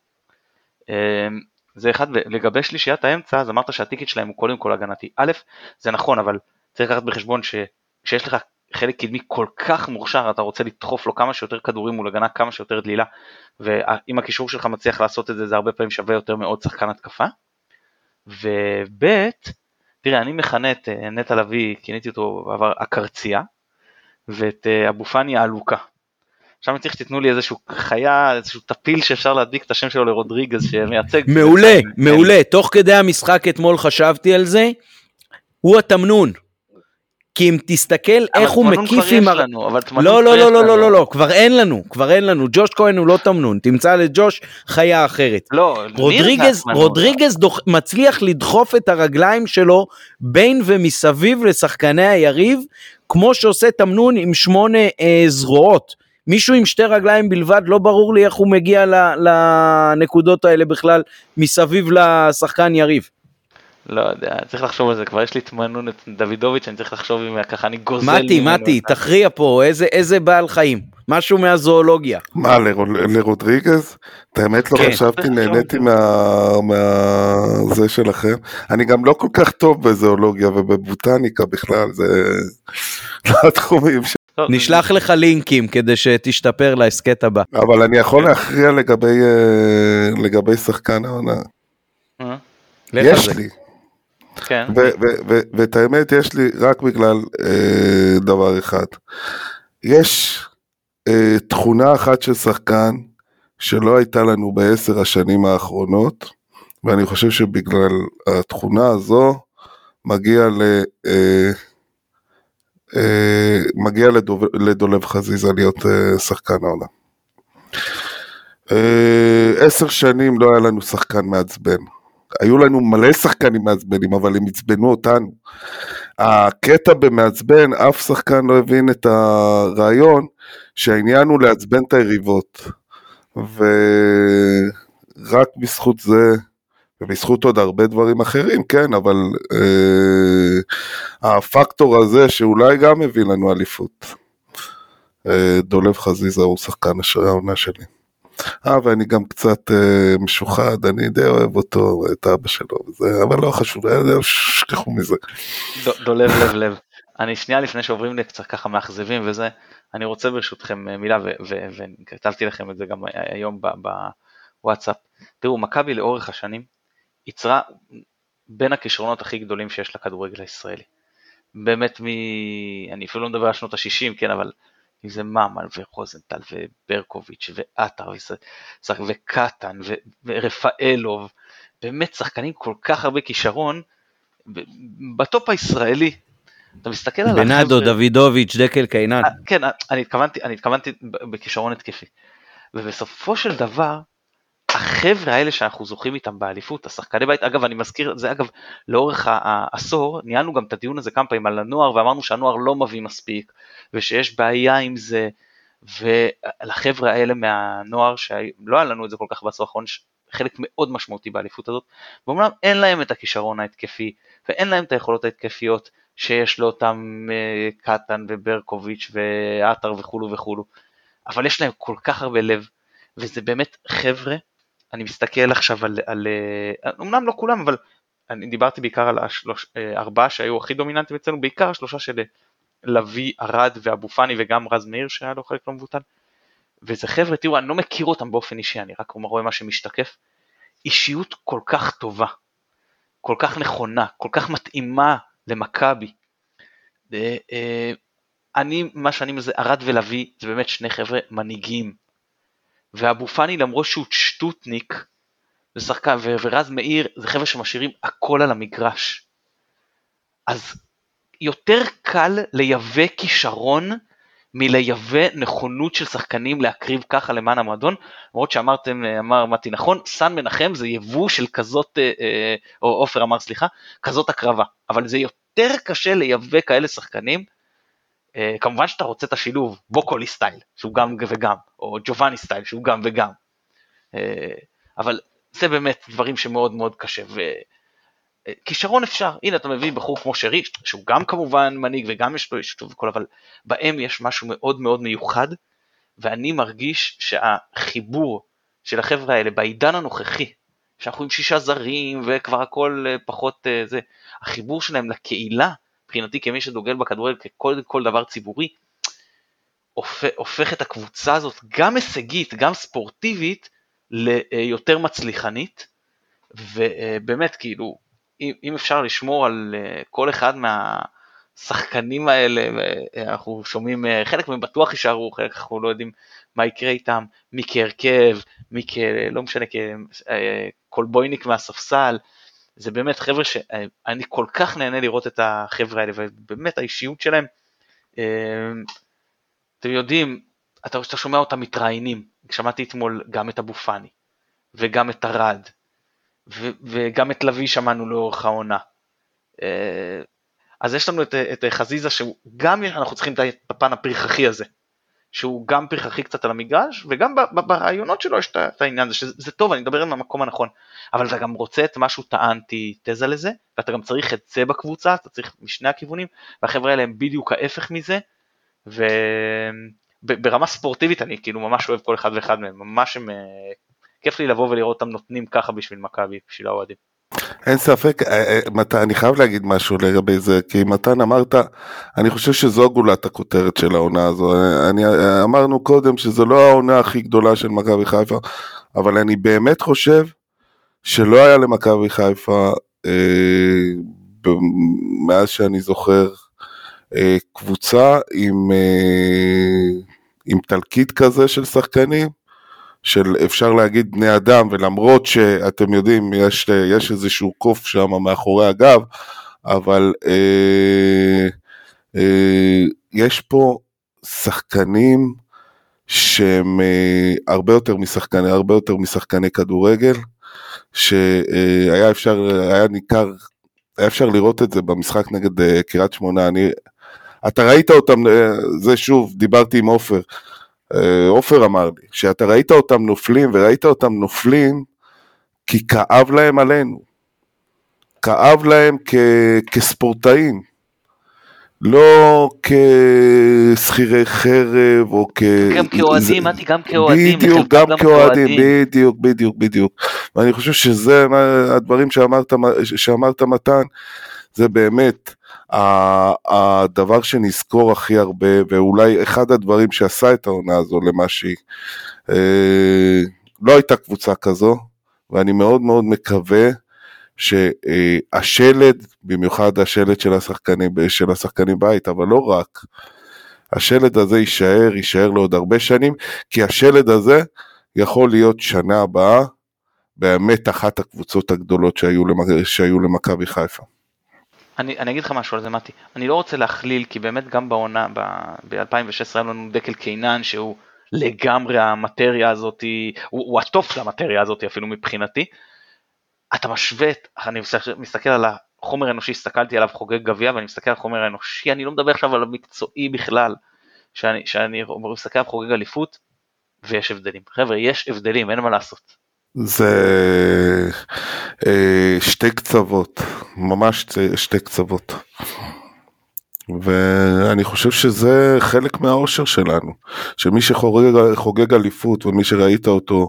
זה אחד, ולגבי שלישיית האמצע, אז אמרת שהטיקט שלהם הוא קודם כל הגנתי. א', זה נכון, אבל צריך לקחת בחשבון שכשיש לך חלק קדמי כל כך מוכשר, אתה רוצה לדחוף לו כמה שיותר כדורים מול הגנה, כמה שיותר דלילה, ואם הקישור שלך מצליח לעשות את זה, זה הרבה פעמים שווה יותר מאוד שחקן התקפה. ובית, תראה, אני מכנה את נטע לוי, כיניתי אותו בעבר הקרצייה, ואת אבו פאני העלוקה. עכשיו אני צריך שתתנו לי איזשהו חיה, איזשהו טפיל שאפשר להדביק את השם שלו לרודריגז שמייצג. מעולה, תוך כדי המשחק אתמול חשבתי על זה, הוא התמנון. כי אם תסתכל איך הוא מקיף עם... לא, כבר אין לנו, ג'וש כהן הוא לא תמנון, תמצא לג'וש חיה אחרת. לא, רודריגז מצליח לדחוף את הרגליים שלו בין ומסביב לשחקני היריב, כמו שעושה תמנון עם 8 זרועות. מישהו עם 2 רגליים בלבד, לא ברור לי איך הוא מגיע לנקודות האלה בכלל, מסביב לשחקן יריב. לא יודע, צריך לחשוב על זה, כבר יש לי תמנון את דוידוביץ', אני צריך לחשוב אם ככה אני גוזל. מתי, תכריע פה, איזה בעל חיים, משהו מהזואולוגיה. מה, לרודריגז? את האמת לא חשבתי, נהניתי מהזה שלכם. אני גם לא כל כך טוב בזואולוגיה ובבוטניקה בכלל, זה לא התחומים ש... נשלח לך לינקים כדי שתשתפר לעסקת הבא. אבל אני יכול להכריע לגבי שחקן העונה. יש לי. כן. ואת האמת יש לי רק בגלל דבר אחד. יש תכונה אחת של שחקן שלא הייתה לנו ב10 השנים האחרונות, ואני חושב שבגלל התכונה הזו מגיע לדולב חזיזה להיות שחקן העונה. 10 שנים לא היה לנו שחקן מעצבן. היו לנו מלא שחקנים מעצבנים, אבל הם עצבנו אותנו. הקטע במעצבן, אף שחקן לא הבין את הרעיון, שהעניין הוא לעצבן את היריבות. רק בזכות זה, ובזכות עוד הרבה דברים אחרים, כן, אבל הפקטור הזה שאולי גם מביא לנו אליפות. דולב חזיזה הוא שחקן העונה שלי. ואני גם קצת משוחד, אני די אוהב אותו, את אבא שלו, אבל לא חשוב, שכחו מזה. דולב לב לב. אני שנייה לפני שעוברים לי קצת ככה מאכזבים וזה, אני רוצה ברשותכם מילה, וכתבתי לכם את זה גם היום בוואטסאפ. תראו, מכבי לאורך השנים יצרה בין הכישרונות הכי גדולים שיש לכדורגל הישראלי. באמת אני אפילו לא מדבר על שנות ה-60, כן, אבל אם זה ממל ורוזנטל וברקוביץ' ואתר וקטן ורפאלוב, באמת שחקנים כל כך הרבה כישרון, בטופ הישראלי, אתה מסתכל על בנאדו, דוידוביץ', דקל קיינן. כן, אני התכוונתי בכישרון התקפי, ובסופו של דבר, החבר'ה האלה שאנחנו זוכים איתם באליפות, השחקני בית, אגב אני מזכיר את זה, אגב לאורך העשור, ניהלנו גם את הדיון הזה כמה פעמים על הנוער, ואמרנו שהנוער לא מביא מספיק, ושיש בעיה עם זה, ולחבר'ה האלה מהנוער, שלא היה לנו את זה כל כך בעשור האחרון, חלק מאוד משמעותי באליפות הזאת, ואומנם אין להם את הכישרון ההתקפי, ואין להם את היכולות ההתקפיות, שיש לו אותם קטן וברקוביץ' ואתר וכולו וכולו, אבל יש להם כל כך הרבה לב, וזה באמת חבר'ה, אני מסתכל עכשיו על אמנם לא כולם, אבל אני דיברתי בעיקר על ארבעה שהיו הכי דומיננטיים אצלנו, בעיקר השלושה של לוי, ארד ואבו פני וגם רז מאיר שהיה לו חלק לא מבוטל, וזה חבר'ה, תראו, אני לא מכיר אותם באופן אישי, אני רק רואה מה שמשתקף, אישיות כל כך טובה, כל כך נכונה, כל כך מתאימה למכבי, מה שאני מזה, ארד ולוי, זה באמת שני חבר'ה מנהיגים, ואבו פני למרות שהוא שטוטניק, זה שחקן, ורז מאיר, זה חבר'ה שמשאירים הכל על המגרש, אז יותר קל לייבא כישרון, מלייבא נכונות של שחקנים להקריב ככה למען המועדון, למרות אמרתי נכון, סן מנחם זה יבוא של כזאת, או אופר אמר סליחה, כזאת הקרבה, אבל זה יותר קשה לייבא כאלה שחקנים, כמובן שאתה רוצה את השילוב, בוקולי סטייל, שהוא גם וגם, או ג'ובאני סטייל, שהוא גם וגם, אבל זה באמת דברים שמאוד מאוד קשה, כישרון אפשר, הנה אתה מביא בחור כמו שרי, שהוא גם כמובן מנהיג וגם יש לו שיתוף וכל, אבל בהם יש משהו מאוד מאוד מיוחד, ואני מרגיש שהחיבור של החבר'ה האלה בעידן הנוכחי, שאנחנו עם 6 זרים וכבר הכל פחות זה, החיבור שלהם לקהילה, מבחינתי כמי שדוגל בכדורגל ככל דבר ציבורי, הופך את הקבוצה הזאת גם הישגית, גם ספורטיבית, ליותר מצליחנית, ובאמת כאילו, אם אפשר לשמור על כל אחד מהשחקנים האלה, אנחנו שומעים, חלק מהם בטוח יישארו, חלק אנחנו לא יודעים מה יקרה איתם, מי כהרכב, לא משנה, קולבויניק מהספסל, זה באמת חבר'ה שאני כל כך נהנה לראות את החבר'ה האלה, ובאמת האישיות שלהם, אתם יודעים, אתה שומע אותם מתראיינים, שמעתי אתמול גם את אבו פני, וגם את ארד, וגם את לוי שמענו לאורך העונה, אז יש לנו את חזיזה, שהוא גם אנחנו צריכים את הפן הפרחחי הזה, שהוא גם פרחחי קצת על המגרש, וגם ברעיונות שלו יש את העניין הזה, שזה טוב, אני מדבר עם המקום הנכון, אבל אתה גם רוצה את משהו טענתי תזה לזה, ואתה גם צריך את זה בקבוצה, אתה צריך משני הכיוונים, והחבר'ה האלה הם בדיוק ההפך מזה, וברמה ספורטיבית אני כאילו ממש אוהב כל אחד ואחד מהם, ממש כיף לי לבוא ולראות אותם נותנים ככה בשביל מכבי, בשביל האוהדים. אין ספק, אני חייב להגיד משהו לגבי זה, כי מתן אמרת, אני חושב שזו גולת הכותרת של העונה הזו, אמרנו קודם שזו לא העונה הכי גדולה של מכבי חיפה, אבל אני באמת חושב שלא היה למכבי חיפה, מאז שאני זוכר, קבוצה עם תלקיט כזה של שחקנים, של אפשר להגיד בני אדם, ולמרות שאתם יודעים, יש איזשהו קוף שם מאחורי הגב, אבל יש פה שחקנים שהם הרבה יותר משחקני כדורגל, שהיה אפשר לראות את זה במשחק נגד קריית שמונה. אתה ראית אותם, זה שוב, דיברתי עם אופר אמר לי, שאתה ראית אותם נופלים, וראית אותם נופלים כי כאב להם עלינו, כאב להם כספורטאים, לא כשכירי חרב או גם כאוהדים, אמרתי גם כאוהדים, בדיוק, גם כאוהדים, בדיוק. ואני חושב שזה הדברים שאמרת מתן, זה באמת הדבר שנזכור הכי הרבה, ואולי אחד הדברים שעשה את העונה הזו למה שהיא, לא הייתה קבוצה כזו, ואני מאוד מאוד מקווה שהשלד, במיוחד השלד של השחקנים בית, אבל לא רק, השלד הזה יישאר לעוד הרבה שנים, כי השלד הזה יכול להיות שנה הבאה, באמת אחת הקבוצות הגדולות שהיו למכבי חיפה. אני אגיד לך משהו על זה, מתי. אני לא רוצה להכליל, כי באמת גם בעונה, ב-2016 היה לנו דקל קיינן, שהוא לגמרי המטריה הזאת, הוא הטופ של המטריה הזאת אפילו מבחינתי. אתה משווה, אני מסתכל על החומר האנושי, הסתכלתי עליו חוגג גביע, ואני מסתכל על החומר האנושי, אני לא מדבר עכשיו על המקצועי בכלל, שאני מסתכל על חוגג אליפות, ויש הבדלים. חבר'ה, יש הבדלים, אין מה לעשות. זה שתי קצוות, ממש שתי קצוות. ואני חושב שזה חלק מהאושר שלנו, שמי שחוגג אליפות ומי שראית אותו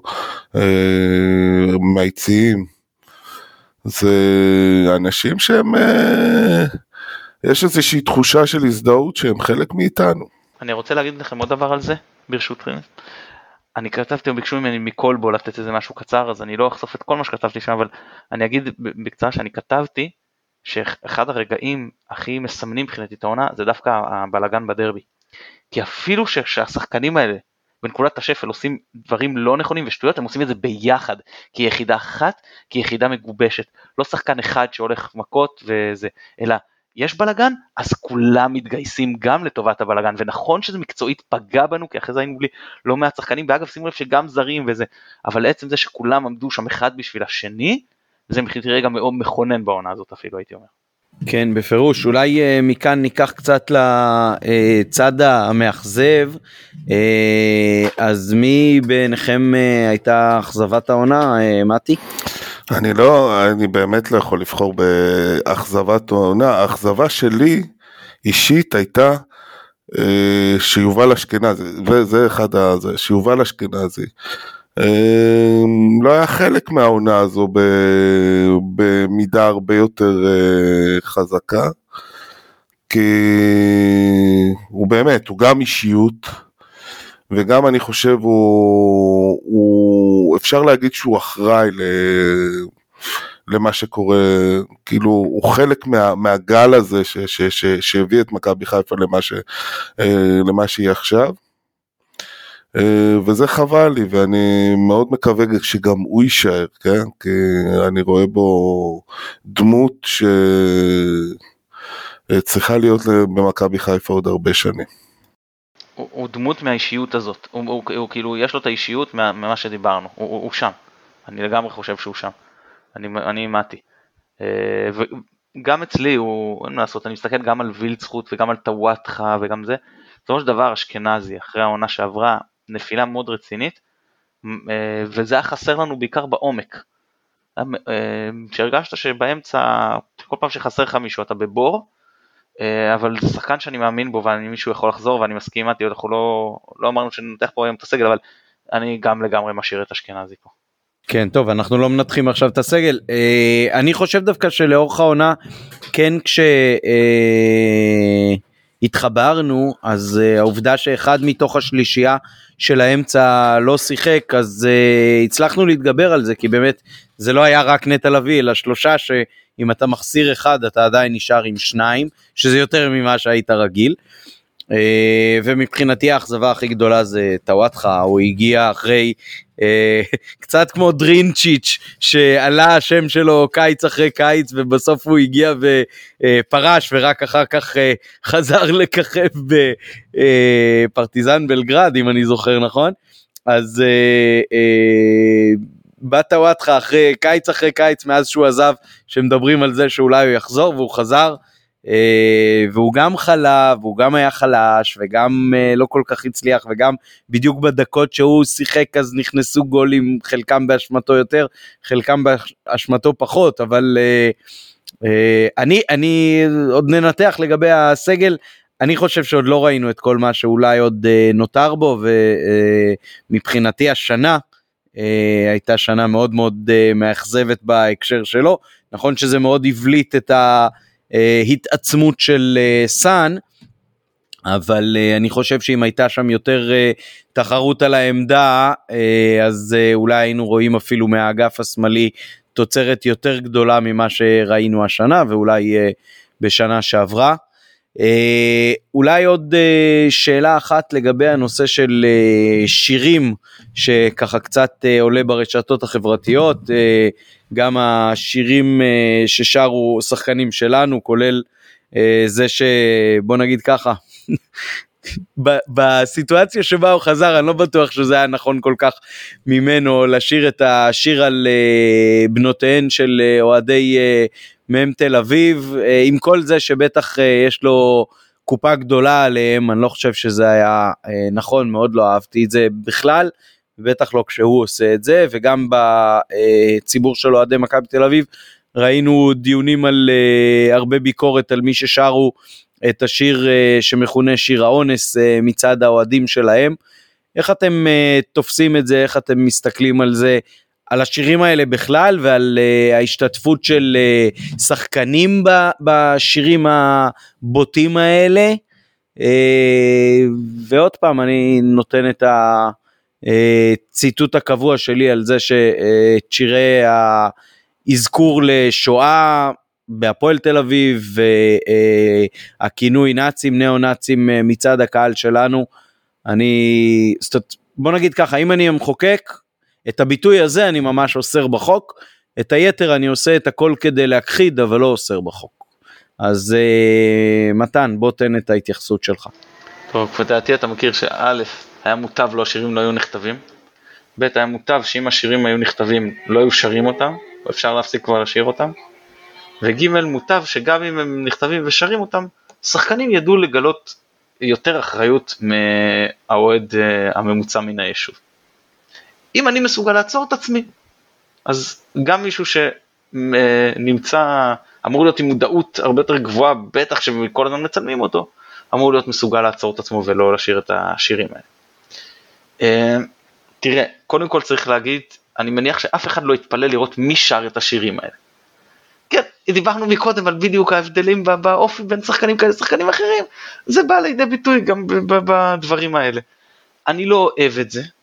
מהיציעים, זה אנשים שהם, יש איזושהי תחושה של הזדהות שהם חלק מאיתנו. אני רוצה להגיד לכם עוד דבר על זה, ברשותכם. אני כתבתי, ביקשו ממני מכל בו לתת איזה משהו קצר, אז אני לא אחשוף את כל מה שכתבתי שם, אבל אני אגיד בקצרה שאני כתבתי, שאחד הרגעים הכי מסמנים מבחינתי את העונה, זה דווקא הבלגן בדרבי. כי אפילו שהשחקנים האלה, בנקודת השפל, עושים דברים לא נכונים ושטויות, הם עושים את זה ביחד, כיחידה אחת, כיחידה מגובשת. לא שחקן אחד שהולך מכות וזה, אלא יש בלגן, אז כולם מתגייסים גם לטובת הבלגן, ונכון שזה מקצועית פגע בנו, כי אחרי זה היינו בלי לא מעט שחקנים, ואגב שימו לב שגם זרים וזה, אבל עצם זה שכולם עמדו שם אחד בשביל השני, זה מבחינתי רגע מאוד מכונן בעונה הזאת אפילו, הייתי אומר. כן, בפירוש. אולי מכאן ניקח קצת לצד המאכזב, אז מי ביניכם הייתה אכזבת העונה, מתי? אני באמת לא יכול לבחור באכזבת העונה. האכזבה שלי אישית הייתה שיובל אשכנזי, וזה אחד שיובל אשכנזי. לא היה חלק מהעונה הזו במידה הרבה יותר חזקה, כי הוא באמת, הוא גם אישיות, וגם אני חושב אפשר להגיד שהוא אחראי למה שקורה, כאילו הוא חלק מהגל הזה שהביא את מכבי חיפה למה שהיא עכשיו, וזה חבל לי, ואני מאוד מקווה שגם הוא יישאר, כן? כי אני רואה בו דמות שצריכה להיות במכבי חיפה עוד הרבה שנים. הוא דמות מהאישיות הזאת, הוא כאילו יש לו את האישיות ממה שדיברנו, הוא שם, אני לגמרי חושב שהוא שם, אני אימתי, וגם אצלי, אין מה לעשות, אני מסתכל גם על וילצחוט וגם על טוואטחה וגם זה, בסופו של דבר אשכנזי, אחרי העונה שעברה, נפילה מאוד רצינית, וזה היה חסר לנו בעיקר בעומק, שהרגשת שבאמצע, כל פעם שחסר לך מישהו אתה בבור, אבל זה שחקן שאני מאמין בו, ואני מישהו יכול לחזור, ואני מסכים איתי, אנחנו לא אמרנו שננתח פה היום את הסגל, אבל אני גם לגמרי משאיר את אשכנזי פה. כן, טוב, אנחנו לא מנתחים עכשיו את הסגל. אני חושב דווקא שלאורך העונה, כן כשהתחברנו, אז העובדה שאחד מתוך השלישייה של האמצע לא שיחק, אז הצלחנו להתגבר על זה, כי באמת זה לא היה רק נטע לביא, אלא שלושה שאם אתה מחסיר אחד, אתה עדיין נשאר עם שניים, שזה יותר ממה שהיית רגיל. ומבחינתי האכזבה הכי גדולה זה טוואטחה, הוא הגיע אחרי קצת כמו דרינצ'יץ' שעלה השם שלו קיץ אחרי קיץ, ובסוף הוא הגיע ופרש ורק אחר כך חזר לככב בפרטיזן בלגרד, אם אני זוכר נכון. אז בא טוואטחה אחרי קיץ מאז שהוא עזב, שמדברים על זה שאולי הוא יחזור, והוא חזר והוא גם חלה, והוא גם היה חלש, וגם לא כל כך הצליח, וגם בדיוק בדקות שהוא שיחק אז נכנסו גולים, חלקם באשמתו יותר, חלקם באשמתו פחות, אבל אני עוד ננתח לגבי הסגל, אני חושב שעוד לא ראינו את כל מה שאולי עוד נותר בו, ומבחינתי השנה הייתה שנה מאוד מאוד מאכזבת בהקשר שלו, נכון שזה מאוד הבליט את ההתעצמות של סאן, אבל אני חושב שאם הייתה שם יותר תחרות על העמדה, אז אולי היינו רואים אפילו מהאגף השמאלי תוצרת יותר גדולה ממה שראינו השנה, ואולי בשנה שעברה. אולי עוד שאלה אחת לגבי הנושא של שירים, שככה קצת עולה ברשתות החברתיות, גם השירים ששרו שחקנים שלנו, כולל זה שבוא נגיד ככה, בסיטואציה שבה הוא חזר, אני לא בטוח שזה היה נכון כל כך ממנו לשיר את השיר על בנותיהן של אוהדי מהם תל אביב, עם כל זה שבטח יש לו קופה גדולה עליהם, אני לא חושב שזה היה נכון, מאוד לא אהבתי את זה בכלל, בטח לא כשהוא עושה את זה, וגם בציבור של אוהדי מכבי תל אביב, ראינו דיונים על הרבה ביקורת על מי ששרו את השיר שמכונה שיר האונס מצד האוהדים שלהם. איך אתם תופסים את זה, איך אתם מסתכלים על זה, על השירים האלה בכלל, ועל ההשתתפות של שחקנים בשירים הבוטים האלה, ועוד פעם אני נותן את הציטוט הקבוע שלי על זה ששירי האזכור לשואה בהפועל תל אביב, והכינוי נאצים, נאו-נאצים מצד הקהל שלנו, בוא נגיד ככה, אם אני המחוקק, את הביטוי הזה אני ממש אוסר בחוק, את היתר אני עושה את הכל כדי להכחיד, אבל לא אוסר בחוק. אז מתן, בוא תן את ההתייחסות שלך. טוב, כפתעתי אתה מכיר שא' היה מוטב לא השירים לא היו נכתבים, ב' היה מוטב שאם השירים היו נכתבים לא היו שרים אותם, או אפשר להפסיק כבר לשיר אותם, וג' מוטב שגם אם הם נכתבים ושרים אותם, שחקנים ידעו לגלות יותר אחריות מהאוהד הממוצע מן היישוב. אם אני מסוגל לעצור את עצמי, אז גם מישהו שנמצא, אמור להיות עם מודעות הרבה יותר גבוהה, בטח שכל הזמן מצלמים אותו, אמור להיות מסוגל לעצור את עצמו ולא לשיר את השירים האלה. תראה, קודם כל צריך להגיד, אני מניח שאף אחד לא יתפלל לראות מי שר את השירים האלה. כן, דיברנו מקודם על בדיוק ההבדלים באופי בין שחקנים כאלה לשחקנים אחרים, זה בא לידי ביטוי גם בדברים האלה. אני לא אוהב את זה,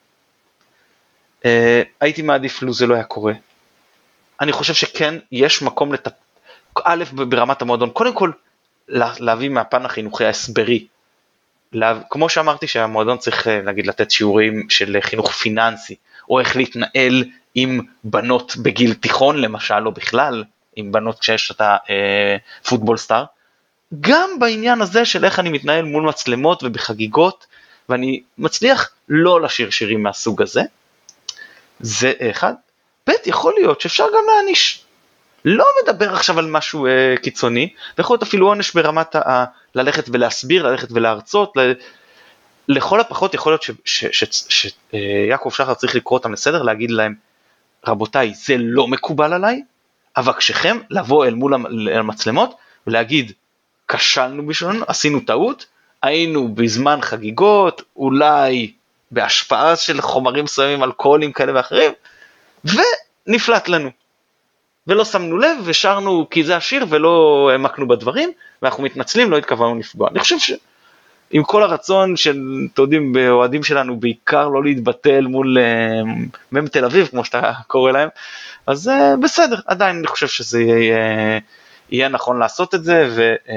הייתי מעדיף לו זה לא היה קורה. אני חושב שכן, יש מקום א' ברמת המועדון, קודם כל להביא מהפן החינוכי ההסברי, כמו שאמרתי שהמועדון צריך להגיד לתת שיעורים של חינוך פיננסי, או איך להתנהל עם בנות בגיל תיכון למשל, או בכלל עם בנות כשיש את הפוטבול סטאר, גם בעניין הזה של איך אני מתנהל מול מצלמות ובחגיגות, ואני מצליח לא לשיר שירים מהסוג הזה, זה אחד. ב' יכול להיות שאפשר גם להעניש, לא מדבר עכשיו על משהו קיצוני, ויכול להיות אפילו עונש ברמת ללכת ולהסביר, ללכת ולהרצות, לכל הפחות יכול להיות שיעקב שחר צריך לקרוא אותם לסדר, להגיד להם, רבותיי, זה לא מקובל עליי, אבקשכם לבוא אל מול המצלמות, ולהגיד, כשלנו בשבילנו, עשינו טעות, היינו בזמן חגיגות, אולי בהשפעה של חומרים מסוימים, אלכוהולים כאלה ואחרים, ונפלט לנו. ולא שמנו לב, ושרנו כי זה השיר, ולא העמקנו בדברים, ואנחנו מתנצלים, לא התכוונו לפגוע. אני חושב שעם כל הרצון של, אתם יודעים, באוהדים שלנו, בעיקר לא להתבטל מול מם תל אביב, כמו שאתה קורא להם, אז בסדר, עדיין אני חושב שזה יהיה נכון לעשות את זה,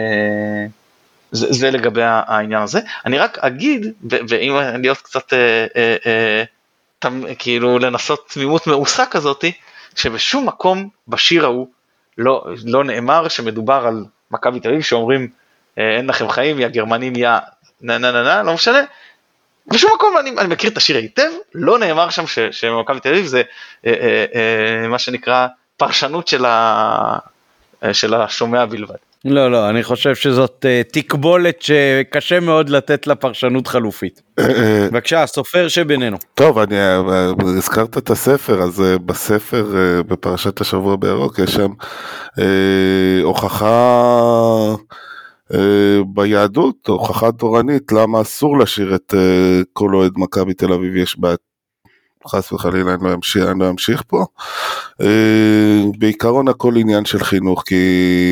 זה לגבי העניין הזה. אני רק אגיד, ואם להיות קצת, כאילו לנסות תמימות מעושה כזאתי, שבשום מקום בשיר ההוא לא נאמר שמדובר על מכבי תל אביב שאומרים אין לכם חיים, יא גרמנים, יא לא משנה. בשום מקום אני מכיר את השיר היטב, לא נאמר שם שמכבי תל אביב זה מה שנקרא פרשנות של השומע בלבד. לא, אני חושב שזאת תקבולת שקשה מאוד לתת לה פרשנות חלופית. בבקשה, הסופר שבינינו. טוב, הזכרת את הספר, אז בספר, בפרשת השבוע בירוק, יש שם הוכחה ביהדות, הוכחה תורנית, למה אסור לשיר את כל אוהד מכבי תל אביב יש בה, חס וחלילה, אני לא אמשיך פה. בעיקרון הכל עניין של חינוך, כי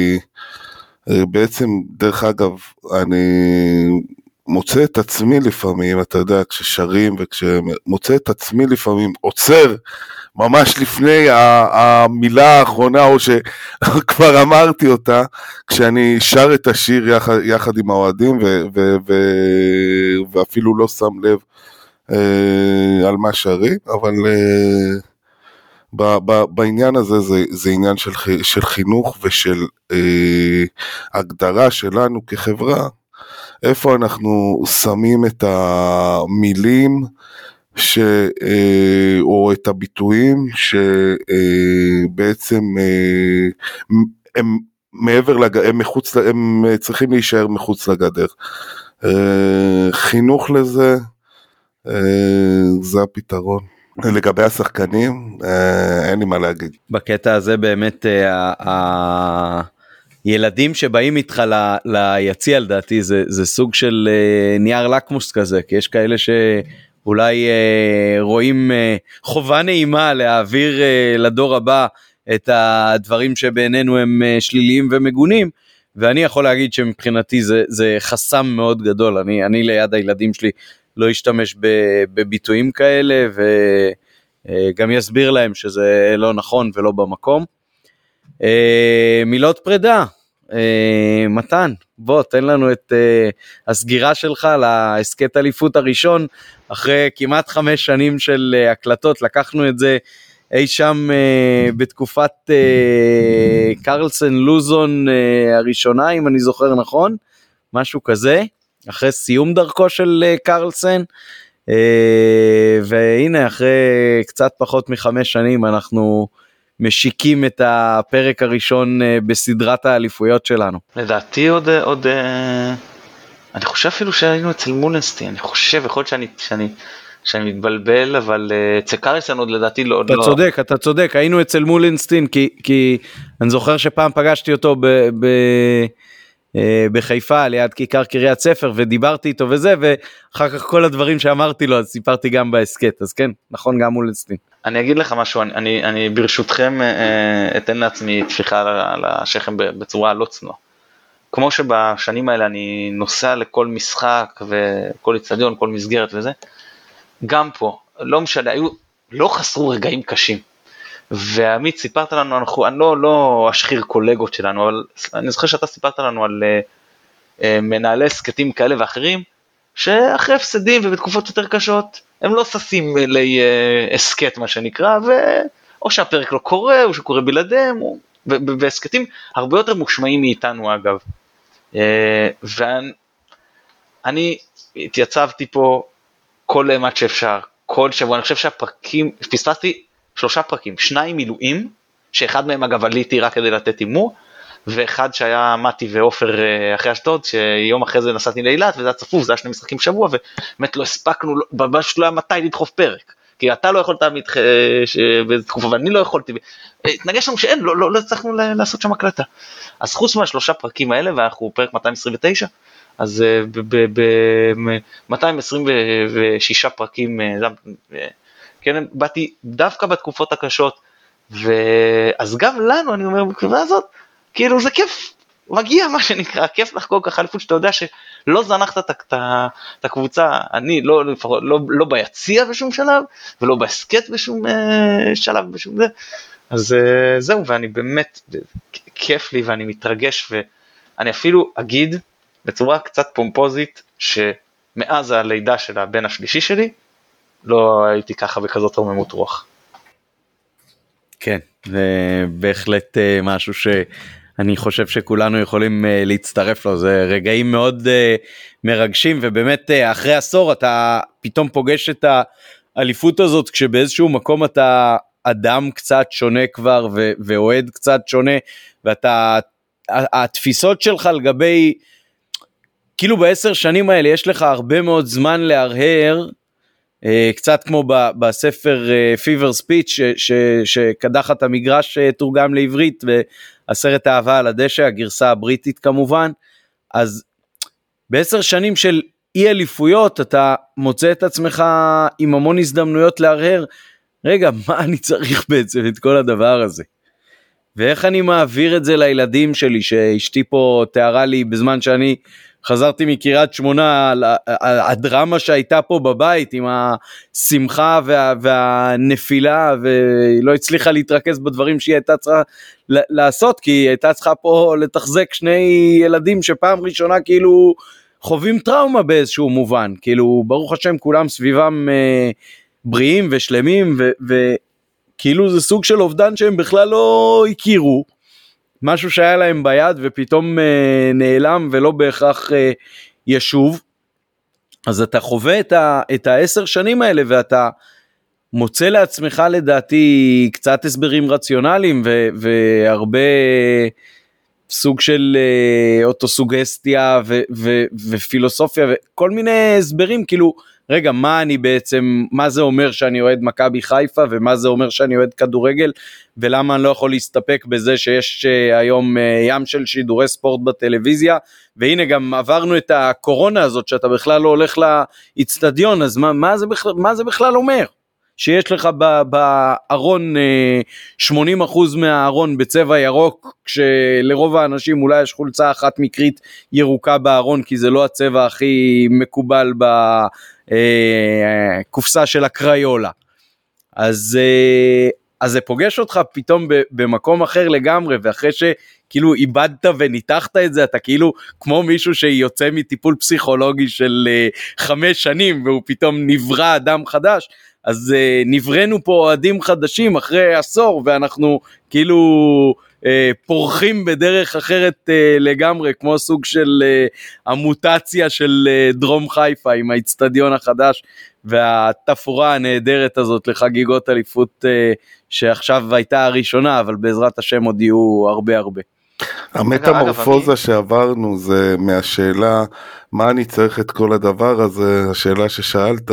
בעצם, דרך אגב, אני מוצא את עצמי לפעמים, אתה יודע, כששרים וכשמוצא את עצמי לפעמים, עוצר ממש לפני המילה האחרונה, או שכבר אמרתי אותה, כשאני שר את השיר יחד עם האוהדים, ואפילו לא שם לב על מה שרים, אבל בעניין הזה זה עניין של חינוך ושל הגדרה שלנו כחברה, איפה אנחנו שמים את המילים או את הביטויים שבעצם הם מעבר הם צריכים להישאר מחוץ לגדר. חינוך לזה, זה הפתרון. לגבי השחקנים, אין לי מה להגיד. בקטע הזה באמת ילדים שבאים איתך ליציע, לדעתי, זה סוג של נייר לקמוס כזה, כי יש כאלה שאולי רואים חובה נעימה להעביר לדור הבא את הדברים שבעינינו הם שליליים ומגונים, ואני יכול להגיד שמבחינתי זה חסם מאוד גדול. אני ליד הילדים שלי לא אשתמש בביטויים כאלה, וגם יסביר להם שזה לא נכון ולא במקום. מילות פרידה, מתן, בוא תן לנו את הסגירה שלך להסקט אליפות הראשון, אחרי כמעט 5 שנים של הקלטות, לקחנו את זה אי שם בתקופת קרלסן לוזון הראשונה, אם אני זוכר נכון, משהו כזה, אחרי סיום דרכו של קרלסן, והנה אחרי קצת פחות מ5 שנים אנחנו משיקים את הפרק הראשון בסדרת האליפויות שלנו. לדעתי עוד אני חושב אפילו שהיינו אצל מולנסטין, אני חושב, יכול להיות שאני מתבלבל, אבל אצל קרלסן עוד לדעתי לא. אתה צודק, היינו אצל מולנסטין, כי אני זוכר שפעם פגשתי אותו בחיפה, ליד כיכר קריית ספר, ודיברתי איתו וזה, ואחר כך כל הדברים שאמרתי לו, אז סיפרתי גם בהסקט, אז כן, נכון, גם מולנסטין. אני אגיד לך משהו, אני ברשותכם אתן לעצמי תפיחה על השכם בצורה לא צנועה. כמו שבשנים האלה אני נוסע לכל משחק וכל אצטדיון, כל מסגרת וזה, גם פה, לא משנה, לא חסרו רגעים קשים. ועמית, סיפרת לנו, אני לא אשחיר קולגות שלנו, אבל אני זוכר שאתה סיפרת לנו על מנהלי סקטים כאלה ואחרים, שאחרי הפסדים ובתקופות יותר קשות, הם לא ששים להסקט מה שנקרא, או שהפרק לא קורה, או שקורה בלעדיהם, והסקטים הרבה יותר מושמעים מאיתנו אגב. ואני התייצבתי פה כל אימת שאפשר, כל שבוע, אני חושב שהפרקים, פספסתי 3 פרקים, 2 מילואים, שאחד מהם אגב עליתי רק כדי לתת אימור, ואחד שהיה מתי ואופר אחרי אשדוד, שיום אחרי זה נסעתי לאילת, וזה היה צפוף, זה היה 2 משחקים שבוע, ובאמת לא הספקנו, ממש לא היה מתי לדחוף פרק, כי אתה לא יכולת בתקופה, ואני לא יכולתי, התנגש לנו שאין, לא הצלחנו לעשות שם הקלטה. אז חוץ מה3 פרקים האלה, ואנחנו פרק 229, אז ב-226 פרקים, כן, באתי דווקא בתקופות הקשות, אז גם לנו, אני אומר, בקרבה הזאת, כאילו זה כיף, מגיע מה שנקרא, כיף לחגוג ככה אליפות, שאתה יודע שלא זנחת את הקבוצה, אני לא ביציע בשום שלב, ולא בהסקט בשום שלב, בשום זה, אז זהו, ואני באמת, כיף לי ואני מתרגש, ואני אפילו אגיד, בצורה קצת פומפוזית, שמאז הלידה של הבן השלישי שלי, לא הייתי ככה בכזאת רוממות רוח. כן, זה בהחלט משהו שאני חושב שכולנו יכולים להצטרף לו, זה רגעים מאוד מרגשים, ובאמת אחרי עשור אתה פתאום פוגש את האליפות הזאת, כשבאיזשהו מקום אתה אדם קצת שונה כבר, ואוהד קצת שונה, ואתה התפיסות שלך לגבי, כאילו ב10 שנים האלה יש לך הרבה מאוד זמן להרהר, קצת כמו בספר Fever Speech שקדח את המגרש תורגם לעברית, והסרט אהבה על הדשא, הגרסה הבריטית כמובן. אז ב10 שנים של אי אליפויות אתה מוצא את עצמך עם המון הזדמנויות להרהר, רגע, מה אני צריך בעצם את כל הדבר הזה? ואיך אני מעביר את זה לילדים שלי, שאשתי פה תיארה לי בזמן שאני חזרתי מקריית שמונה, הדרמה שהייתה פה בבית עם השמחה והנפילה, ולא הצליחה להתרכז בדברים שהיא הייתה צריכה לעשות, כי היא הייתה צריכה פה לתחזק 2 ילדים שפעם ראשונה כאילו חווים טראומה באיזשהו מובן, כאילו ברוך השם כולם סביבם בריאים ושלמים, וכאילו זה סוג של אובדן שהם בכלל לא הכירו, משהו שהיה להם ביד ופתאום נעלם ולא בהכרח ישוב. אז אתה חווה את 10 שנים האלה, ואתה מוצא לעצמך לדעתי קצת הסברים רציונליים והרבה סוג של אוטוסוגסטיה ופילוסופיה וכל מיני הסברים, כאילו רגע, מה אני בעצם, מה זה אומר שאני אוהד מכבי חיפה, ומה זה אומר שאני אוהד כדורגל, ולמה אני לא יכול להסתפק בזה שיש היום ים של שידורי ספורט בטלוויזיה, והנה גם עברנו את הקורונה הזאת, שאתה בכלל לא הולך לאצטדיון, אז מה זה בכלל אומר? שיש לך בארון 80% מהארון בצבע ירוק, כשלרוב האנשים אולי יש חולצה אחת מקרית ירוקה בארון, כי זה לא הצבע הכי מקובל בקופסה של הקריולה. אז זה פוגש אותך פתאום במקום אחר לגמרי, ואחרי שכאילו איבדת וניתחת את זה, אתה כאילו כמו מישהו שיוצא מטיפול פסיכולוגי של 5 שנים, והוא פתאום נברא אדם חדש, אז נברנו פה אוהדים חדשים אחרי עשור, ואנחנו כאילו פורחים בדרך אחרת לגמרי, כמו סוג של המוטציה של דרום חיפה עם האצטדיון החדש, והתפאורה הנהדרת הזאת לחגיגות אליפות שעכשיו הייתה הראשונה, אבל בעזרת השם עוד יהיו הרבה הרבה. המטמורפוזה שעברנו זה מהשאלה מה אני צריך את כל הדבר הזה, השאלה ששאלת,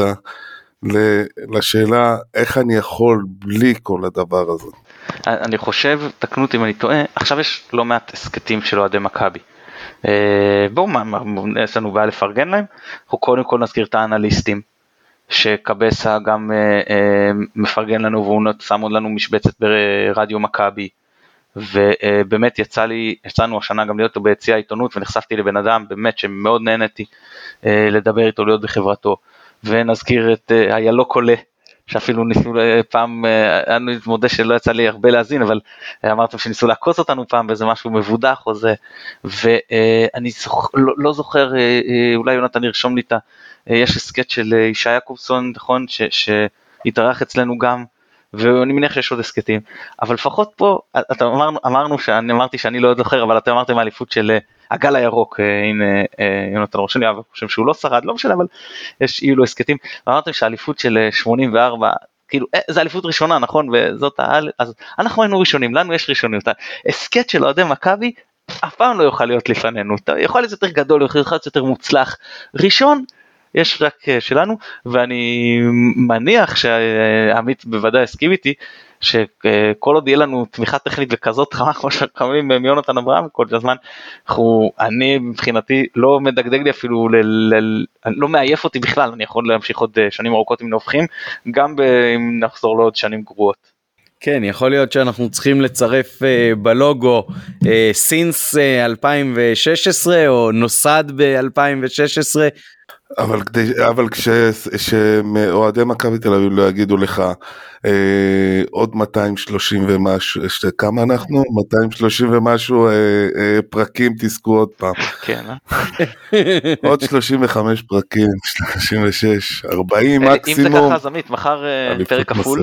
לשאלה איך אני יכול בלי כל הדבר הזה. אני חושב, תקנו אותי אם אני טועה, עכשיו יש לא מעט הסקטים של אוהדי מכבי. בואו, יש לנו בעיה לפרגן להם, אנחנו קודם כל נזכיר את האנליסטים, שקבסה גם מפרגן לנו, והוא שם עוד לנו משבצת ברדיו מכבי, ובאמת יצאנו השנה גם להיות ביציע העיתונות, ונחשפתי לבן אדם באמת שמאוד נהניתי לדבר איתו, להיות בחברתו, ונזכיר את היה לא קולה, שאפילו ניסו פעם, אני מודה שלא יצא לי הרבה להזין, אבל אמרתם שניסו לעקוץ אותנו פעם, וזה משהו מבודח או זה, ואני לא זוכר, אולי יונתן ירשום לי יש הסקט של ישי יעקובסון, נכון, שהתארח אצלנו גם, ואני מניח שיש עוד הסקטים, אבל לפחות פה, אמרנו שאני אמרתי שאני לא זוכר, אבל אתם אמרתם האליפות של הגל הירוק, הנה יונתן רושם לי, אבל חושב שהוא לא שרד, לא משנה, אבל יהיו לו הסקטים, ואמרתם שהאליפות של 84, כאילו, זה אליפות ראשונה, נכון, וזאת אז אנחנו היינו ראשונים, לנו יש ראשונים, הסקט של אוהדי מכבי, אף פעם לא יוכל להיות לפנינו, יכול להיות יותר גדול, יכול להיות יותר מוצלח, ראשון, יש רק שלנו, ואני מניח שעמית בוודאי הסכים איתי, שכל עוד יהיה לנו תמיכה טכנית וכזאת חמה, כמו שקמים מיונתן אברהם כל הזמן, אני מבחינתי לא מדגדג לי אפילו, לא מעייף אותי בכלל, אני יכול להמשיך עוד שנים ארוכות אם נופחים, גם אם נחזור לעוד שנים גרועות. כן, יכול להיות שאנחנו צריכים לצרף בלוגו סינס 2016, או נוסד ב-2016, אבל כשאוהדי מכבי תל אביב לא יגידו לך עוד 230 ומשהו, כמה אנחנו? 230 ומשהו פרקים תזכו עוד פעם. כן, עוד 35 פרקים, 36, 40 מקסימום. אם זה ככה זמית, מחר פרק כפול.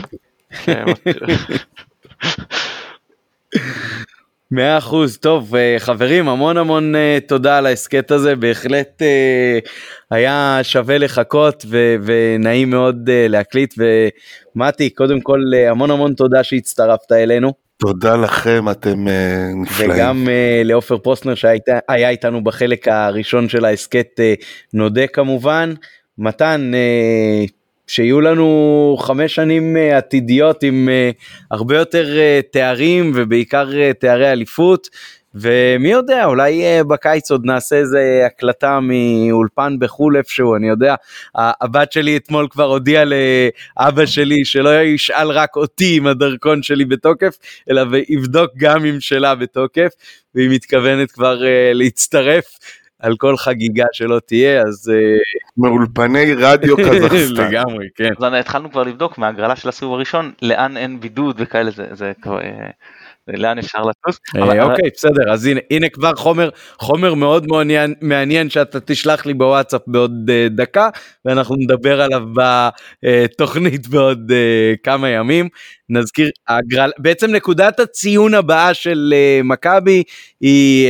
100%, טוב חברים, המון תודה על העסקת הזה, בהחלט היה שווה לחכות ונעים מאוד להקליט, ומתי קודם כל המון תודה שהצטרפת אלינו. תודה לכם, אתם נפלאים. וגם לאופר פרוסנר שהיה איתנו בחלק הראשון של העסקת, נודה כמובן. מתן, שיהיו לנו 5 שנים עתידיות עם הרבה יותר תארים, ובעיקר תארי אליפות, ומי יודע, אולי בקיץ עוד נעשה איזה הקלטה מאולפן בחול איפשהו, אני יודע, הבת שלי אתמול כבר הודיעה לאבא שלי שלא ישאל רק אותי עם הדרכון שלי בתוקף, אלא ויבדוק גם עם שלה בתוקף, והיא מתכוונת כבר להצטרף על כל חגיגה שלא תהיה, אז מאולפני רדיו קזחסטן. לגמרי, כן. אז התחלנו כבר לבדוק מהגרלה של הסיבוב הראשון, לאן אין בידוד וכאלה, זה כבר... לאן אפשר לטוס. אוקיי, בסדר, אז הנה כבר חומר מאוד מעניין שאתה תשלח לי בוואטסאפ בעוד דקה, ואנחנו נדבר עליו בתוכנית בעוד כמה ימים. נזכיר, בעצם נקודת הציון הבאה של מכבי היא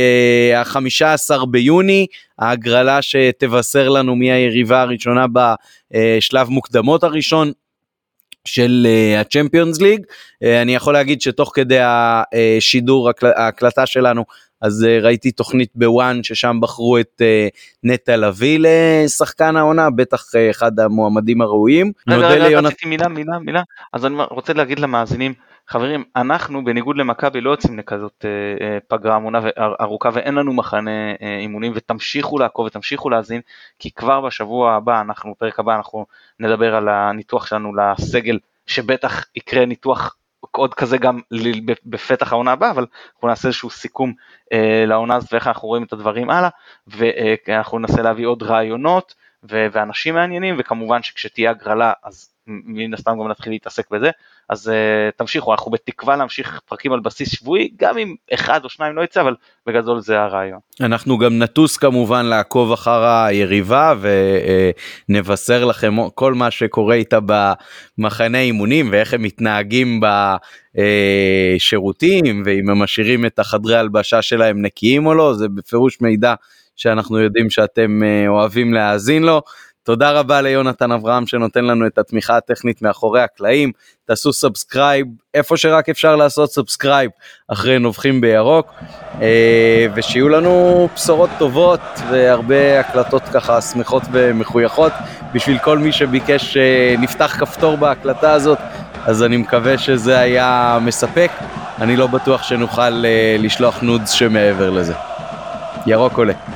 15 ביוני, ההגרלה שתבשר לנו מי היריבה הראשונה בשלב מוקדמות הראשון, של הצ'מפיונס ליג. אני יכול להגיד שתוך כדי השידור, ההקלטה שלנו, אז ראיתי תוכנית בוואן ששם בחרו את נטע לביא לשחקן העונה, בטח אחד המועמדים הראויים. רגע, רציתי מילה, אז אני רוצה להגיד למאזינים, חברים, אנחנו בניגוד למכבי לא יוצאים לכזאת פגרה ארוכה, ואין לנו מחנה אימונים, ותמשיכו לעקוב ותמשיכו להאזין, כי כבר בשבוע הבא, בפרק הבא אנחנו נדבר על הניתוח שלנו לסגל, שבטח יקרה ניתוח עוד כזה גם בפתח העונה הבאה, אבל אנחנו נעשה איזשהו סיכום לעונה הזאת, ואיך אנחנו רואים את הדברים הלאה, ואנחנו ננסה להביא עוד רעיונות, ואנשים מעניינים, וכמובן שכשתהיה הגרלה, אז מן הסתם גם נתחיל להתעסק בזה, אז תמשיכו, אנחנו בתקווה להמשיך פרקים על בסיס שבועי, גם אם 1 או 2 לא יצא, אבל בגדול זה הרעיון. אנחנו גם נטוס כמובן לעקוב אחר היריבה, ונבשר לכם כל מה שקורה איתה במחנה אימונים, ואיך הם מתנהגים בשירותים, ואם הם משאירים את החדרי הלבשה שלהם נקיים או לא, זה בפירוש מידע שאנחנו יודעים שאתם אוהבים להאזין לו. תודה רבה ליונתן אברהם שנותן לנו את התמיכה הטכנית מאחורי הקלעים. תעשו סאבסקרייב, איפה שרק אפשר לעשות סאבסקרייב, אחרי נובחים בירוק, ושיהיו לנו בשורות טובות, והרבה הקלטות ככה שמחות ומחויכות, בשביל כל מי שביקש נפתח כפתור בהקלטה הזאת, אז אני מקווה שזה היה מספק, אני לא בטוח שנוכל לשלוח נודס שמעבר לזה. ירוק עולה.